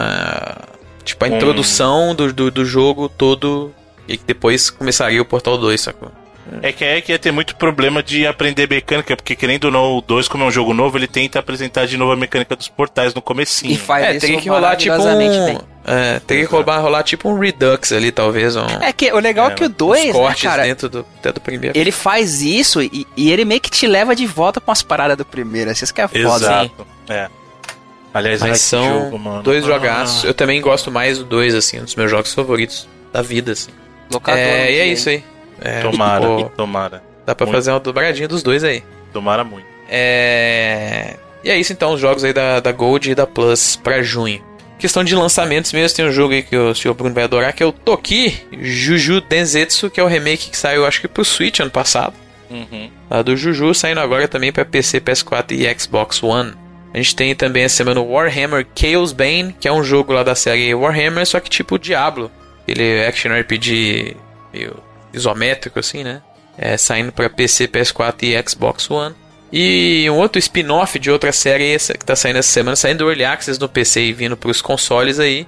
uh, tipo a introdução hum. do, do, do jogo todo e que depois começaria o Portal dois, sacou? É que é que ia ter muito problema de aprender mecânica, porque querendo ou não, o dois, como é um jogo novo, ele tenta apresentar de novo a mecânica dos portais no comecinho. E faz é, isso teria que rolar tipo um... É, teria que rolar, rolar tipo um Redux ali, talvez. Um, é que o legal é, é que o dois, né, cara, dentro do, dentro do primeiro. Ele faz isso e, e ele meio que te leva de volta com as paradas do primeiro. Isso que é foda. Exato, é. Aliás, mas são jogo, mano. dois ah. jogaços. Eu também gosto mais do dois, assim, um dos meus jogos favoritos da vida, assim. Locador, é, e é isso aí. É, tomara, pô, tomara. Dá pra muito. Fazer uma dobradinha dos dois aí. Tomara muito. É... E é isso então, os jogos aí da, da Gold e da Plus pra junho. questão de lançamentos mesmo, tem um jogo aí que o senhor Bruno vai adorar, que é o Toki Juju Densetsu, que é o remake que saiu, acho que pro Switch ano passado. Uhum. Lá do Juju, saindo agora também pra P C, P S quatro e Xbox One. A gente tem também essa semana o Warhammer Chaos Bane, que é um jogo lá da série Warhammer, só que tipo Diablo. Ele é action R P G meio isométrico assim, né? É, saindo pra P C, P S quatro e Xbox One. E um outro spin-off de outra série essa, que tá saindo essa semana, saindo do Early Access no P C e vindo pros consoles aí,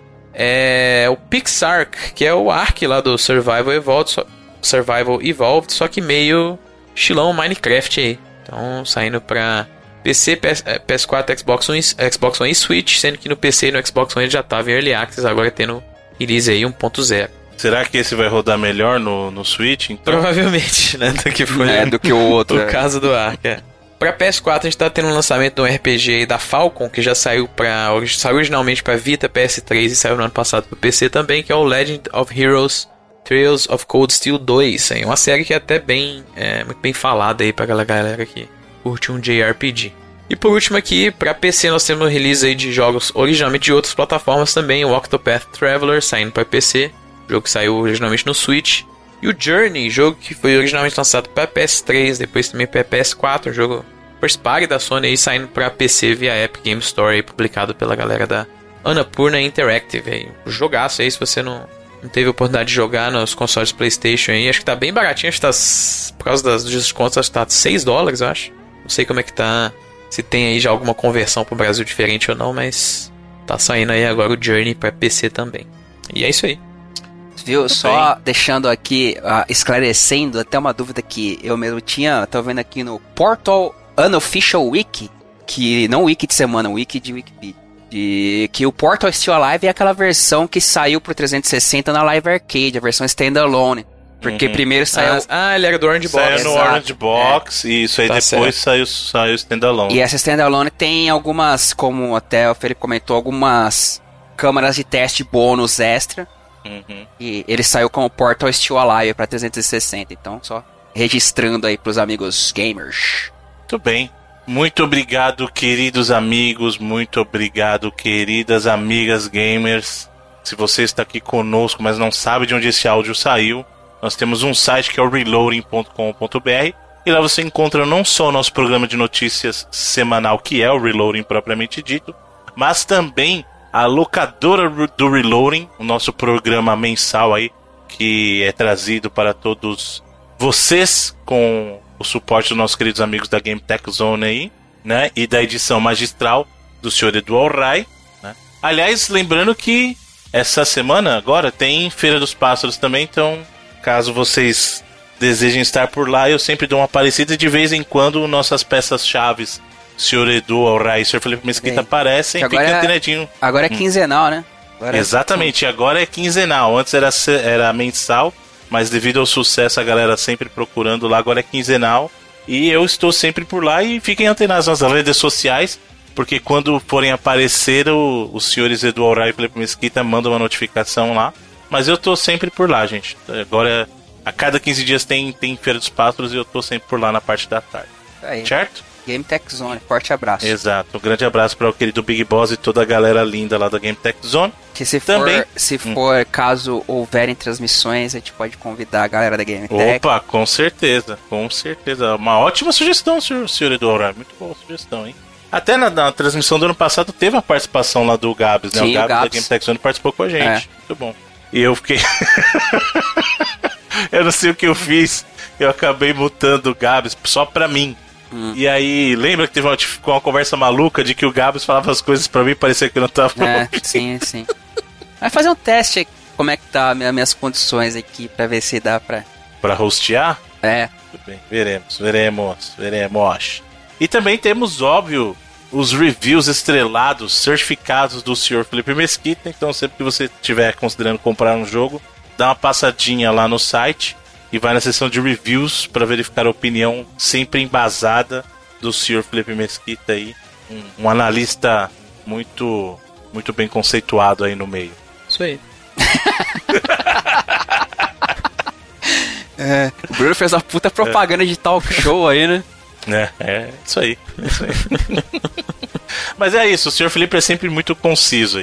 é o Pixark, que é o Ark lá do Survival Evolved, só, Survival Evolved, só que meio estilão Minecraft aí. Então saindo pra P C, P S quatro, Xbox One, Xbox One e Switch, sendo que no P C e no Xbox One ele já tava em Early Access, agora tendo release aí um ponto zero. Será que esse vai rodar melhor no, no Switch, então? Provavelmente, né? Do que foi é, do que o outro. o é. caso do Ark, é. Pra P S quatro a gente tá tendo um lançamento de um R P G aí da Falcon, que já saiu pra, saiu originalmente pra Vita, P S três e saiu no ano passado pro P C também, que é o Legend of Heroes Trails of Cold Steel dois. É uma série que é até bem, é, muito bem falada aí pra aquela galera que curte um J R P G. E por último aqui, pra P C nós temos um release aí de jogos originalmente de outras plataformas também, o Octopath Traveler saindo pra P C, jogo que saiu originalmente no Switch. E o Journey, jogo que foi originalmente lançado para P S três, depois também para P S quatro, um jogo first party da Sony aí, saindo para P C via Epic Game Store, aí, publicado pela galera da Annapurna Interactive. Aí. Um jogaço aí, se você não, não teve a oportunidade de jogar nos consoles PlayStation aí, acho que tá bem baratinho, acho que tá, por causa das, dos descontos, acho que tá seis dólares, eu acho. Não sei como é que tá, se tem aí já alguma conversão pro Brasil diferente ou não, mas tá saindo aí agora o Journey para P C também. E é isso aí. Viu? Muito Só bem. deixando aqui, uh, esclarecendo até uma dúvida que eu mesmo tinha, tô vendo aqui no Portal Unofficial Wiki, que não wiki de semana, wiki de Wikipedia, de, que o Portal Still Alive é aquela versão que saiu pro trezentos e sessenta na Live Arcade, a versão standalone. Porque Uhum. primeiro saiu... Ah, ah, ele era do Orange Box. Saiu no Exato. Orange Box e isso aí Tá depois certo. saiu, saiu standalone. E essa standalone tem algumas, como até o Felipe comentou, algumas câmaras de teste bônus extra. Uhum. E ele saiu com o Portal Still Alive para trezentos e sessenta, então só registrando aí pros amigos gamers. Muito bem. Muito obrigado, queridos amigos. Muito obrigado, queridas amigas gamers. Se você está aqui conosco, mas não sabe de onde esse áudio saiu, nós temos um site que é o reloading ponto com ponto b r e lá você encontra não só o nosso programa de notícias semanal, que é o Reloading propriamente dito, mas também a locadora do Reloading, o nosso programa mensal aí, que é trazido para todos vocês com o suporte dos nossos queridos amigos da Game Tech Zone aí, né? E da edição magistral do senhor Edu Alray, né? Aliás, lembrando que essa semana agora tem Feira dos Pássaros também, então caso vocês desejem estar por lá, eu sempre dou uma aparecida e de vez em quando nossas peças-chaves, senhor Edu Alray e senhor Felipe Mesquita, Bem, aparecem, agora fiquem é- antenadinho. Agora é quinzenal, né? Agora é- Exatamente, agora é quinzenal. Antes era, se- era mensal, mas devido ao sucesso a galera sempre procurando lá, agora é quinzenal. E eu estou sempre por lá e fiquem antenados nas redes sociais, porque quando forem aparecer o, os senhores Edu Alray e Felipe Mesquita mandam uma notificação lá. Mas eu tô sempre por lá, gente. Agora, a cada quinze dias tem, tem Feira dos Pássaros e eu tô sempre por lá na parte da tarde. Aí, Certo? Game Tech Zone, forte abraço. Exato. Um grande abraço para o querido Big Boss e toda a galera linda lá da Game Tech Zone. Que se Também- for, se for caso houverem transmissões, a gente pode convidar a galera da Game Tech. Opa, com certeza, com certeza. Uma ótima sugestão, senhor, senhor Edu Alray. Muito boa sugestão, hein? Até na, na transmissão do ano passado teve a participação lá do Gabs, né? Sim, o o Gabs, da Gabs. Game Tech Zone participou com a gente. É. Muito bom. E eu fiquei... eu não sei o que eu fiz. Eu acabei mutando o Gabs só pra mim. Hum. E aí, lembra que teve uma, ficou uma conversa maluca de que o Gabs falava as coisas pra mim e parecia que eu não tava... É, sim, sim. Vai fazer um teste aí, como é que tá as minhas condições aqui, pra ver se dá pra... Pra hostear? É, Tudo bem, veremos, veremos, veremos. E também temos, óbvio, os reviews estrelados, certificados do senhor Felipe Mesquita. Então, sempre que você estiver considerando comprar um jogo, dá uma passadinha lá no site e vai na seção de reviews para verificar a opinião sempre embasada do senhor Felipe Mesquita aí, um, um analista muito, muito bem conceituado aí no meio. Isso aí. é. O Bruno fez uma puta propaganda de talk show aí, né? É, é isso aí. É isso aí. Mas é isso, o senhor Felipe é sempre muito conciso aí. Muito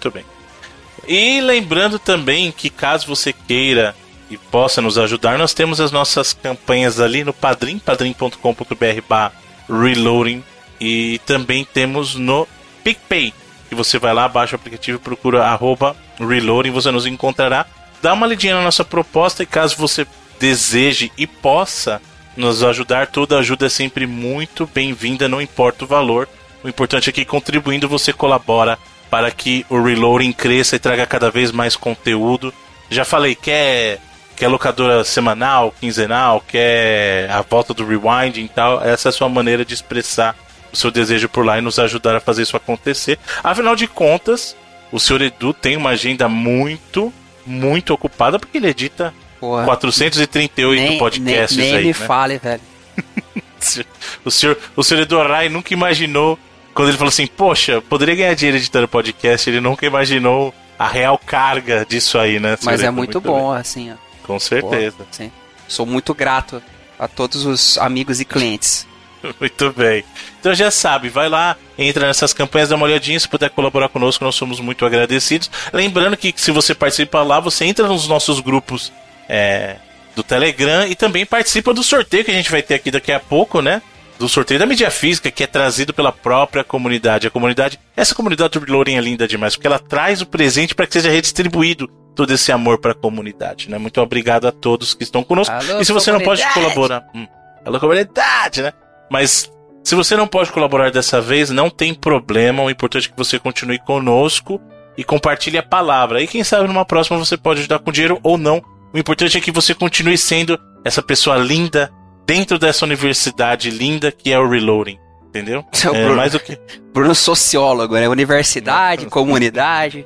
Muito bem. E lembrando também que caso você queira e possa nos ajudar, nós temos as nossas campanhas ali no Padrim, padrim ponto com ponto b r barra reloading, e também temos no PicPay, que você vai lá, baixa o aplicativo e procura arroba reloading, você nos encontrará. Dá uma lidinha na nossa proposta e caso você deseje e possa nos ajudar, toda ajuda é sempre muito bem-vinda, não importa o valor. O importante é que contribuindo você colabora para que o Reloading cresça e traga cada vez mais conteúdo. Já falei, quer, quer locadora semanal, quinzenal, quer a volta do Rewinding e tal, essa é a sua maneira de expressar o seu desejo por lá e nos ajudar a fazer isso acontecer. Afinal de contas, o senhor Edu tem uma agenda muito, muito ocupada, porque ele edita Porra, quatrocentos e trinta e oito nem, podcasts nem, nem aí, me né? fale, velho. o senhor, o senhor Edu Arai nunca imaginou, quando ele falou assim, poxa, poderia ganhar dinheiro editando podcast, ele nunca imaginou a real carga disso aí, né? Mas é muito, muito bom, bem. assim, ó. Com certeza. Pô, sim. Sou muito grato a todos os amigos e clientes. Muito bem. Então já sabe, vai lá, entra nessas campanhas, dá uma olhadinha, se puder colaborar conosco, nós somos muito agradecidos. Lembrando que se você participa lá, você entra nos nossos grupos é, do Telegram e também participa do sorteio que a gente vai ter aqui daqui a pouco, né? Do sorteio da mídia física, que é trazido pela própria comunidade. A comunidade, essa comunidade do Reloading é linda demais, porque ela traz o presente para que seja redistribuído todo esse amor para a comunidade, né? Muito obrigado a todos que estão conosco. Alô, e se você não pode colaborar... Hum, alô, comunidade, né? Mas se você não pode colaborar dessa vez, não tem problema. O importante é que você continue conosco e compartilhe a palavra. E quem sabe numa próxima você pode ajudar com dinheiro ou não. O importante é que você continue sendo essa pessoa linda dentro dessa universidade linda que é o Reloading. Entendeu? É, é Bruno, mais do que... Bruno sociólogo, né? Universidade, comunidade.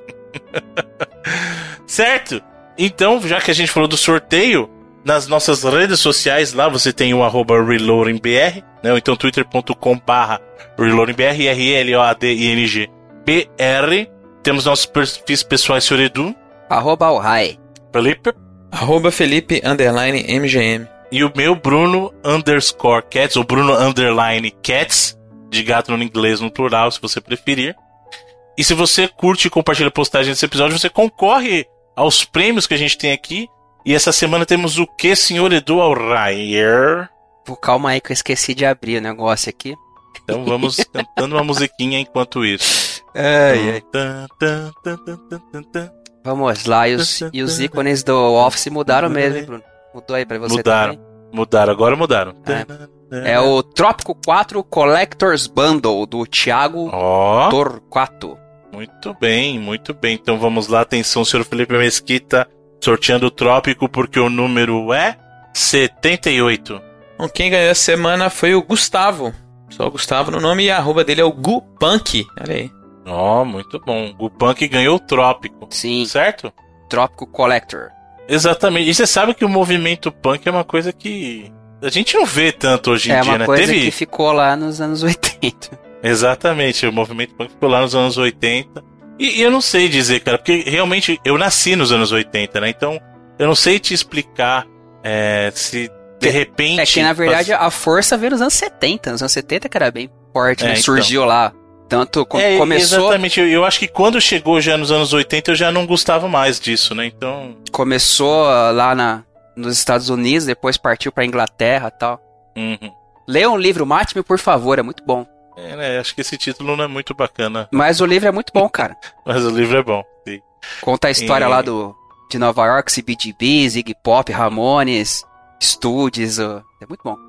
Certo? Então, já que a gente falou do sorteio, nas nossas redes sociais, lá você tem o arroba reloadingbr, né? Ou então twitter ponto com barra reloadingbr, R L O A D I N G B R. Temos nossos perfis pessoais, senhor Edu. Arroba Alhai. Felipe. Arroba Felipe underline M G M. E o meu, Bruno underscore Cats, ou Bruno underline Cats, de gato no inglês no plural, se você preferir. E se você curte e compartilha a postagem desse episódio, você concorre aos prêmios que a gente tem aqui. E essa semana temos o que, senhor Edu Alrayer? Calma aí que eu esqueci de abrir o negócio aqui. Então vamos cantando uma musiquinha enquanto isso. Ai, ai. Vamos lá, e os, e os ícones do Office mudaram mesmo, hein, Bruno? Mudou aí pra você mudaram, também? Mudaram, agora mudaram. É, é o Trópico quatro Collector's Bundle, do Thiago oh. Torquato. Muito bem, muito bem. Então vamos lá, atenção, senhor Felipe Mesquita, sorteando o Trópico, porque o número é setenta e oito. Bom, quem ganhou essa semana foi o Gustavo. Só o Gustavo no nome, e a arroba dele é o Gupunk. Olha aí. Ó, oh, muito bom. Gupunk ganhou o Trópico. Sim. Certo? Trópico Collector. Exatamente. E você sabe que o movimento punk é uma coisa que a gente não vê tanto hoje em é dia, né? É uma coisa Teve... que ficou lá nos anos oitenta. Exatamente. O movimento punk ficou lá nos anos oitenta. E, e eu não sei dizer, cara, porque realmente eu nasci nos anos oitenta, né? Então eu não sei te explicar é, se de repente... É que na verdade a força veio nos anos setenta. Nos anos setenta que era bem forte, né? É, então. Surgiu lá. Tanto com, é, começou... Exatamente, eu, eu acho que quando chegou já nos anos oitenta eu já não gostava mais disso, né, então... Começou lá na, nos Estados Unidos, depois partiu pra Inglaterra e tal. Uhum. Leia um livro, Mate-me por favor, é muito bom. É, né, acho que esse título não é muito bacana. Mas o livro é muito bom, cara. Mas o livro é bom, sim. Conta a história e... lá do, de Nova York, C B G B, Ziggy Pop, Ramones, Studios, uh, é muito bom.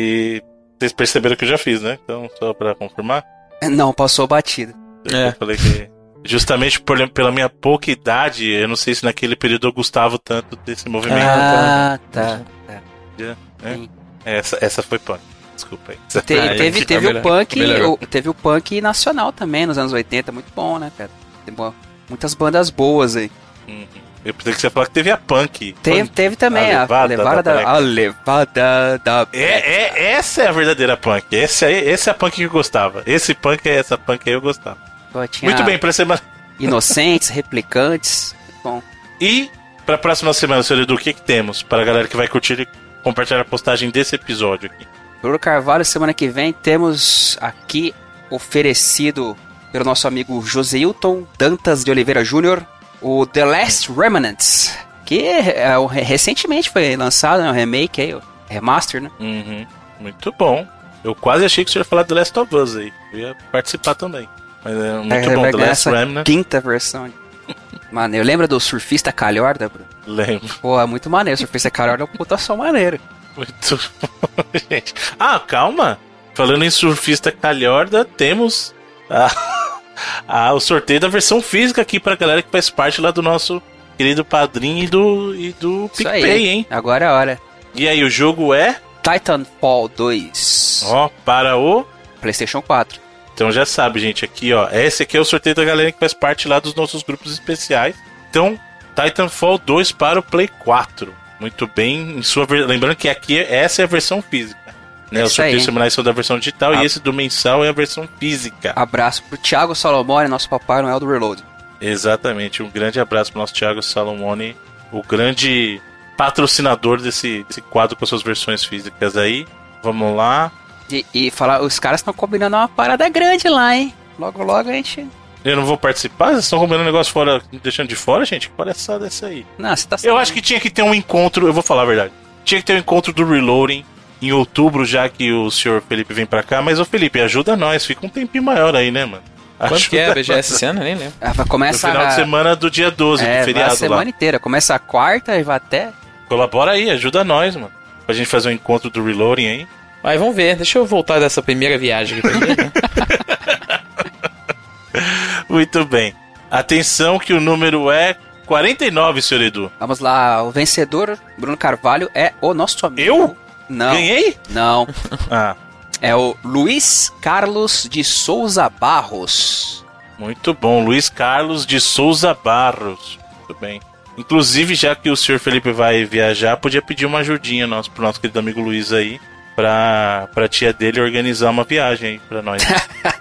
E vocês perceberam que eu já fiz, né, então só pra confirmar? Não, passou batido. É. Eu falei que justamente por, pela minha pouca idade, eu não sei se naquele período eu gostava tanto desse movimento. Ah, tá. tá. É, é. Essa, essa foi punk. Desculpa aí. Te, ah, teve teve o punk, o, teve o punk nacional também nos anos oitenta, muito bom, né, cara? Tem boa, muitas bandas boas aí. Uhum. Eu pensei que você ia falar que teve a punk. Teve, punk. teve também a, a levada da, da A levada da é, é, essa é a verdadeira punk. Esse aí, esse é a punk que eu gostava. Esse punk é essa punk aí eu gostava. Pô, muito bem, pra semana. Inocentes, Replicantes. Bom. E pra próxima semana, senhor Edu, o que, que temos para a galera que vai curtir e compartilhar a postagem desse episódio aqui? Bruno Carvalho, semana que vem temos aqui oferecido pelo nosso amigo Joseilton Dantas de Oliveira Júnior, o The Last Remnants, que é, é, recentemente foi lançado, né, um remake aí, o remaster, né? Uhum. Muito bom. Eu quase achei que você ia falar The Last of Us aí. Eu ia participar também. Mas é muito é, bom, vai The ganhar Last essa Remnant. quinta versão. Mano, eu lembro do Surfista Calhorda, bro? Lembro. Pô, é muito maneiro. O Surfista Calhorda é uma puta som maneiro. Muito bom, gente. Ah, calma. Falando em Surfista Calhorda, temos a, a, o sorteio da versão física aqui pra galera que faz parte lá do nosso querido padrinho e do, e do PicPay, aí, hein? Agora é a hora. E aí, o jogo é? Titanfall dois. Ó, oh, para o... PlayStation quatro. Então já sabe, gente, aqui ó, esse aqui é o sorteio da galera que faz parte lá dos nossos grupos especiais. Então, Titanfall dois para o Play quatro. Muito bem, em sua ver... lembrando que aqui essa é a versão física, né? Os sorteios semanais são da versão digital ah. e esse do mensal é a versão física. Abraço pro Thiago Salomone, nosso Papai Noel do Reload. Exatamente, um grande abraço pro nosso Thiago Salomone, o grande patrocinador desse, desse quadro com suas versões físicas aí. Vamos lá. E, e falar, os caras estão combinando uma parada grande lá, hein? Logo, logo a gente... Eu não vou participar? Vocês estão combinando um negócio fora, deixando de fora, gente? Que palhaçada é essa aí? Não, você tá Eu acho que tinha que ter um encontro, eu vou falar a verdade. Tinha que ter um encontro do Reloading em outubro, já que o senhor Felipe vem pra cá. Mas, ô Felipe, ajuda nós, fica um tempinho maior aí, né, mano? Quanto Ajuda que é a B G S esse ano? Nem lembro. Ah, vai começar no final a... de semana do dia doze, é, do feriado a semana lá. inteira. Começa a quarta e vai até... Colabora aí, ajuda nós, mano. Pra gente fazer um encontro do Reloading aí. Mas vamos ver, deixa eu voltar dessa primeira viagem aqui primeiro, né? Muito bem. Atenção que o número é quarenta e nove, senhor Edu. Vamos lá, o vencedor, Bruno Carvalho, é o nosso amigo. Eu? Não. Ganhei? Não. Ah. É o Luiz Carlos de Souza Barros. Muito bom, Luiz Carlos de Souza Barros. Muito bem. Inclusive, já que o senhor Felipe vai viajar, podia pedir uma ajudinha nosso, pro nosso querido amigo Luiz aí, pra, pra tia dele organizar uma viagem aí pra nós.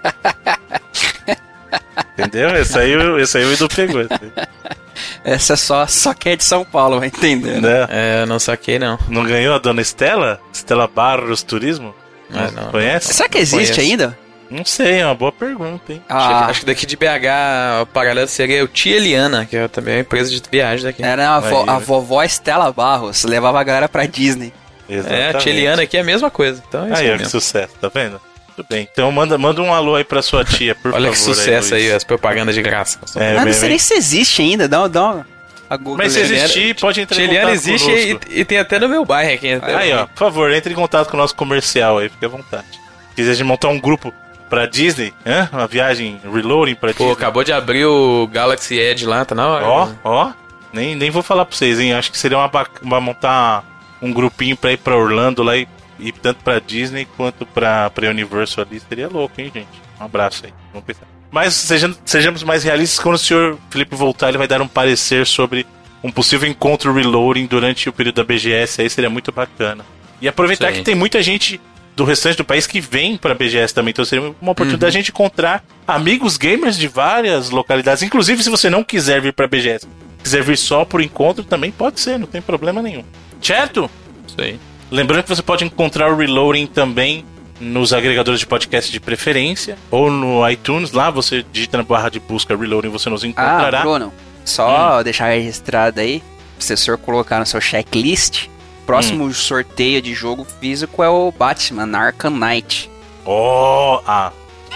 Entendeu? Esse aí, esse aí o Edu pegou. Essa só, só que é de São Paulo, vai entender, né? É, eu não saquei, não. Não ganhou a dona Estela? Estela Barros Turismo? Não, não. Conhece? Será que existe Conheço. ainda? Não sei, é uma boa pergunta, hein? Ah, Acho que daqui de B H, o paralelo seria o Tia Eliana, que é também uma empresa de viagem daqui. era a, vo- Aí, a né? vovó Estela Barros, levava a galera pra Disney. É, a Tia Eliana aqui é a mesma coisa. Então é isso Aí, ó, que mesmo. sucesso, tá vendo? Tudo bem. Então manda, manda um alô aí pra sua tia, por Olha favor. que sucesso aí, Luiz. as propagandas de graça. É, Mas bem, não sei bem. nem se existe ainda, dá, uma- dá uma... a Google Mas se ali. existir, pode entrar Tia em Eliana contato existe e, conosco. e tem até no meu bairro aqui. Aí, ó, por favor, entre em contato com o nosso comercial aí, fique à vontade. Se quiser de montar um grupo pra Disney, hã? Uma viagem reloading pra Pô, Disney. acabou de abrir o Galaxy Edge lá, tá na hora. Ó, ó, nem, nem vou falar pra vocês, hein? Acho que seria uma, bac- uma montar um grupinho pra ir pra Orlando lá e, e tanto pra Disney quanto pra, pra Universal ali. Seria louco, hein, gente? Um abraço aí, vamos pensar. Mas seja, sejamos mais realistas, quando o senhor Felipe voltar, ele vai dar um parecer sobre um possível encontro reloading durante o período da B G S, aí seria muito bacana. E aproveitar Sim. que tem muita gente do restante do país que vem pra B G S também, então seria uma oportunidade da gente encontrar amigos gamers de várias localidades. Inclusive, se você não quiser vir pra B G S, quiser vir só por encontro, também pode ser, não tem problema nenhum. Certo? Isso aí. Lembrando que você pode encontrar o Reloading também nos agregadores de podcast de preferência, ou no iTunes, lá você digita na barra de busca Reloading, você nos Ah, encontrará. Bruno, só deixar registrado aí, pra o senhor colocar no seu checklist, próximo Hum. sorteio de jogo físico é o Batman Arkham Knight. Oh, ah,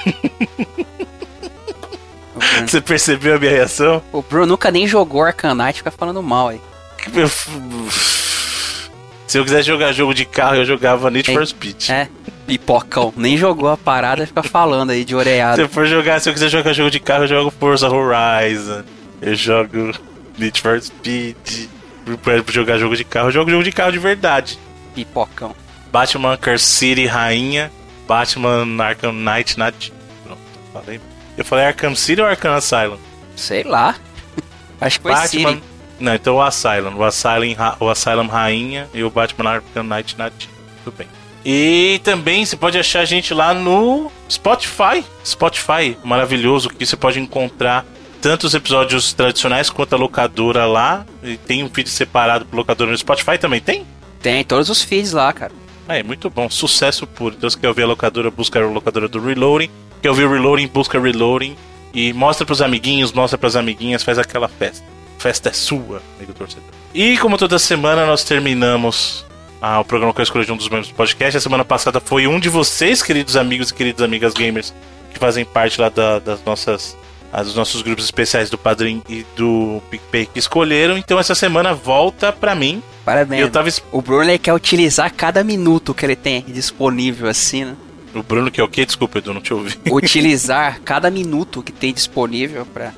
O Bruno, você percebeu a minha reação? o Bruno nunca nem jogou Arkham Knight, fica falando mal aí. Eu- Se eu quisesse jogar jogo de carro, eu jogava Need Ei, for Speed. É, pipocão, nem jogou a parada, fica falando aí de Se oreado. eu for jogar, se eu quiser jogar jogo de carro, eu jogo Forza Horizon. Eu jogo Need for Speed. Pra jogar jogo de carro, eu jogo jogo de carro de verdade. Pipocão. Batman Arkham City Rainha, Batman Arkham Knight na... Pronto, falei. Eu falei Arkham City ou Arkham Asylum? Sei lá. Acho que foi Batman... City. Não, então o Asylum. O Asylum, Ra- o Asylum Rainha e o Batman Arkham Knight na... Tudo bem. E também você pode achar a gente lá no Spotify. Spotify, maravilhoso, que você pode encontrar tanto os episódios tradicionais quanto a locadora lá. E tem um feed separado pro locadora no Spotify também, tem? Tem todos os feeds lá, cara. É, muito bom, sucesso puro. Então, se quer ouvir a locadora, busca a locadora do Reloading. quer ouvir Reloading, busca Reloading. E mostra pros amiguinhos, mostra pras amiguinhas, faz aquela festa. Festa é sua, amigo torcedor. E como toda semana nós terminamos ah, o programa com a escolha de um dos membros do podcast. A semana passada foi um de vocês, queridos amigos e queridas amigas gamers, que fazem parte lá da, das nossas, ah, dos nossos grupos especiais do Padrim e do PicPay que escolheram. Então essa semana volta pra mim. Parabéns. Eu tava... O Bruno ele quer utilizar cada minuto que ele tem disponível assim, né? O Bruno que é o quê? Desculpa, Edu, não te ouvi. Utilizar cada minuto que tem disponível pra...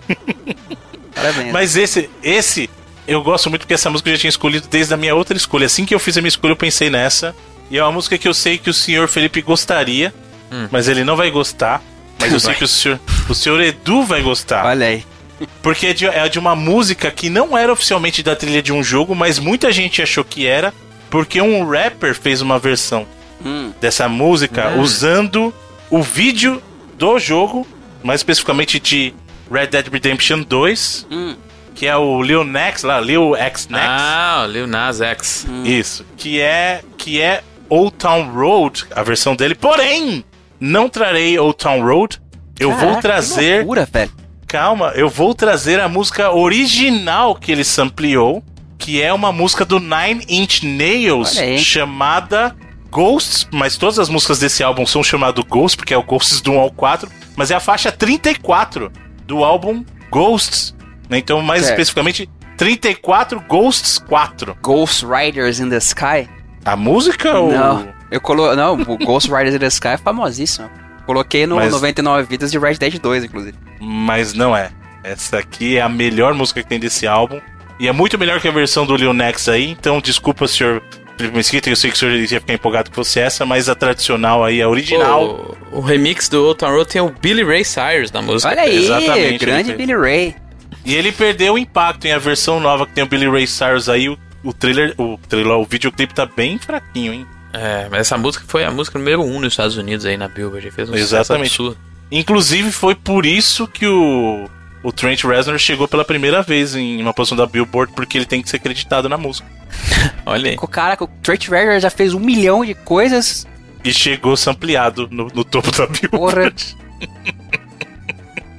Parabéns. Mas esse, esse, eu gosto muito porque essa música eu já tinha escolhido desde a minha outra escolha. Assim que eu fiz a minha escolha, eu pensei nessa. E é uma música que eu sei que o senhor Felipe gostaria, hum. mas ele não vai gostar. Mas eu sei que o senhor, o senhor Edu vai gostar. Olha aí. Porque é de, é de uma música que não era oficialmente da trilha de um jogo, mas muita gente achou que era, porque um rapper fez uma versão hum. dessa música hum. usando o vídeo do jogo, mais especificamente de Red Dead Redemption dois, hum. que é o Lil Nas, lá, Lil X Nas. Ah, o Lil Nas X. Hum. Isso, que é, que é Old Town Road, a versão dele. Porém, não trarei Old Town Road. Eu Caraca, vou trazer... Que loucura, velho. Calma, eu vou trazer a música original que ele sampleou, que é uma música do Nine Inch Nails, chamada Ghosts, mas todas as músicas desse álbum são chamadas Ghosts, porque é o Ghosts do um ao quatro, mas é a faixa trinta e quatro do álbum Ghosts, né? Então, mais certo. especificamente, trinta e quatro Ghosts quatro. Ghost Riders in the Sky? A música ou... Não, eu colo... Não, o Ghost Riders in the Sky é famosíssimo. Coloquei no mas... noventa e nove Vidas de Red Dead dois, inclusive. Mas não é. Essa aqui é a melhor música que tem desse álbum. E é muito melhor que a versão do Lil Nas aí. Então, desculpa, senhor Felipe Mesquita. Eu sei que o senhor ia ficar empolgado que fosse essa, mas a tradicional aí, a original. O, o remix do Old Town Road tem o Billy Ray Cyrus na música. Olha aí, exatamente, grande Billy Ray. E ele perdeu o impacto em a versão nova que tem o Billy Ray Cyrus aí. O, o trailer, o trailer, o videoclipe tá bem fraquinho, hein? É, mas essa música foi a música número um nos Estados Unidos aí na Billboard. Fez um exatamente. Sucesso absurdo. Inclusive foi por isso que o, o Trent Reznor chegou pela primeira vez em uma posição da Billboard, porque ele tem que ser acreditado na música. Olha aí. Caraca, o Trent Reznor já fez um milhão de coisas. E chegou sampleado no, no topo da Billboard. Porra.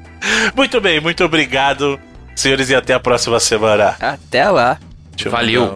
Muito bem, muito obrigado, senhores, e até a próxima semana. Até lá. Valeu.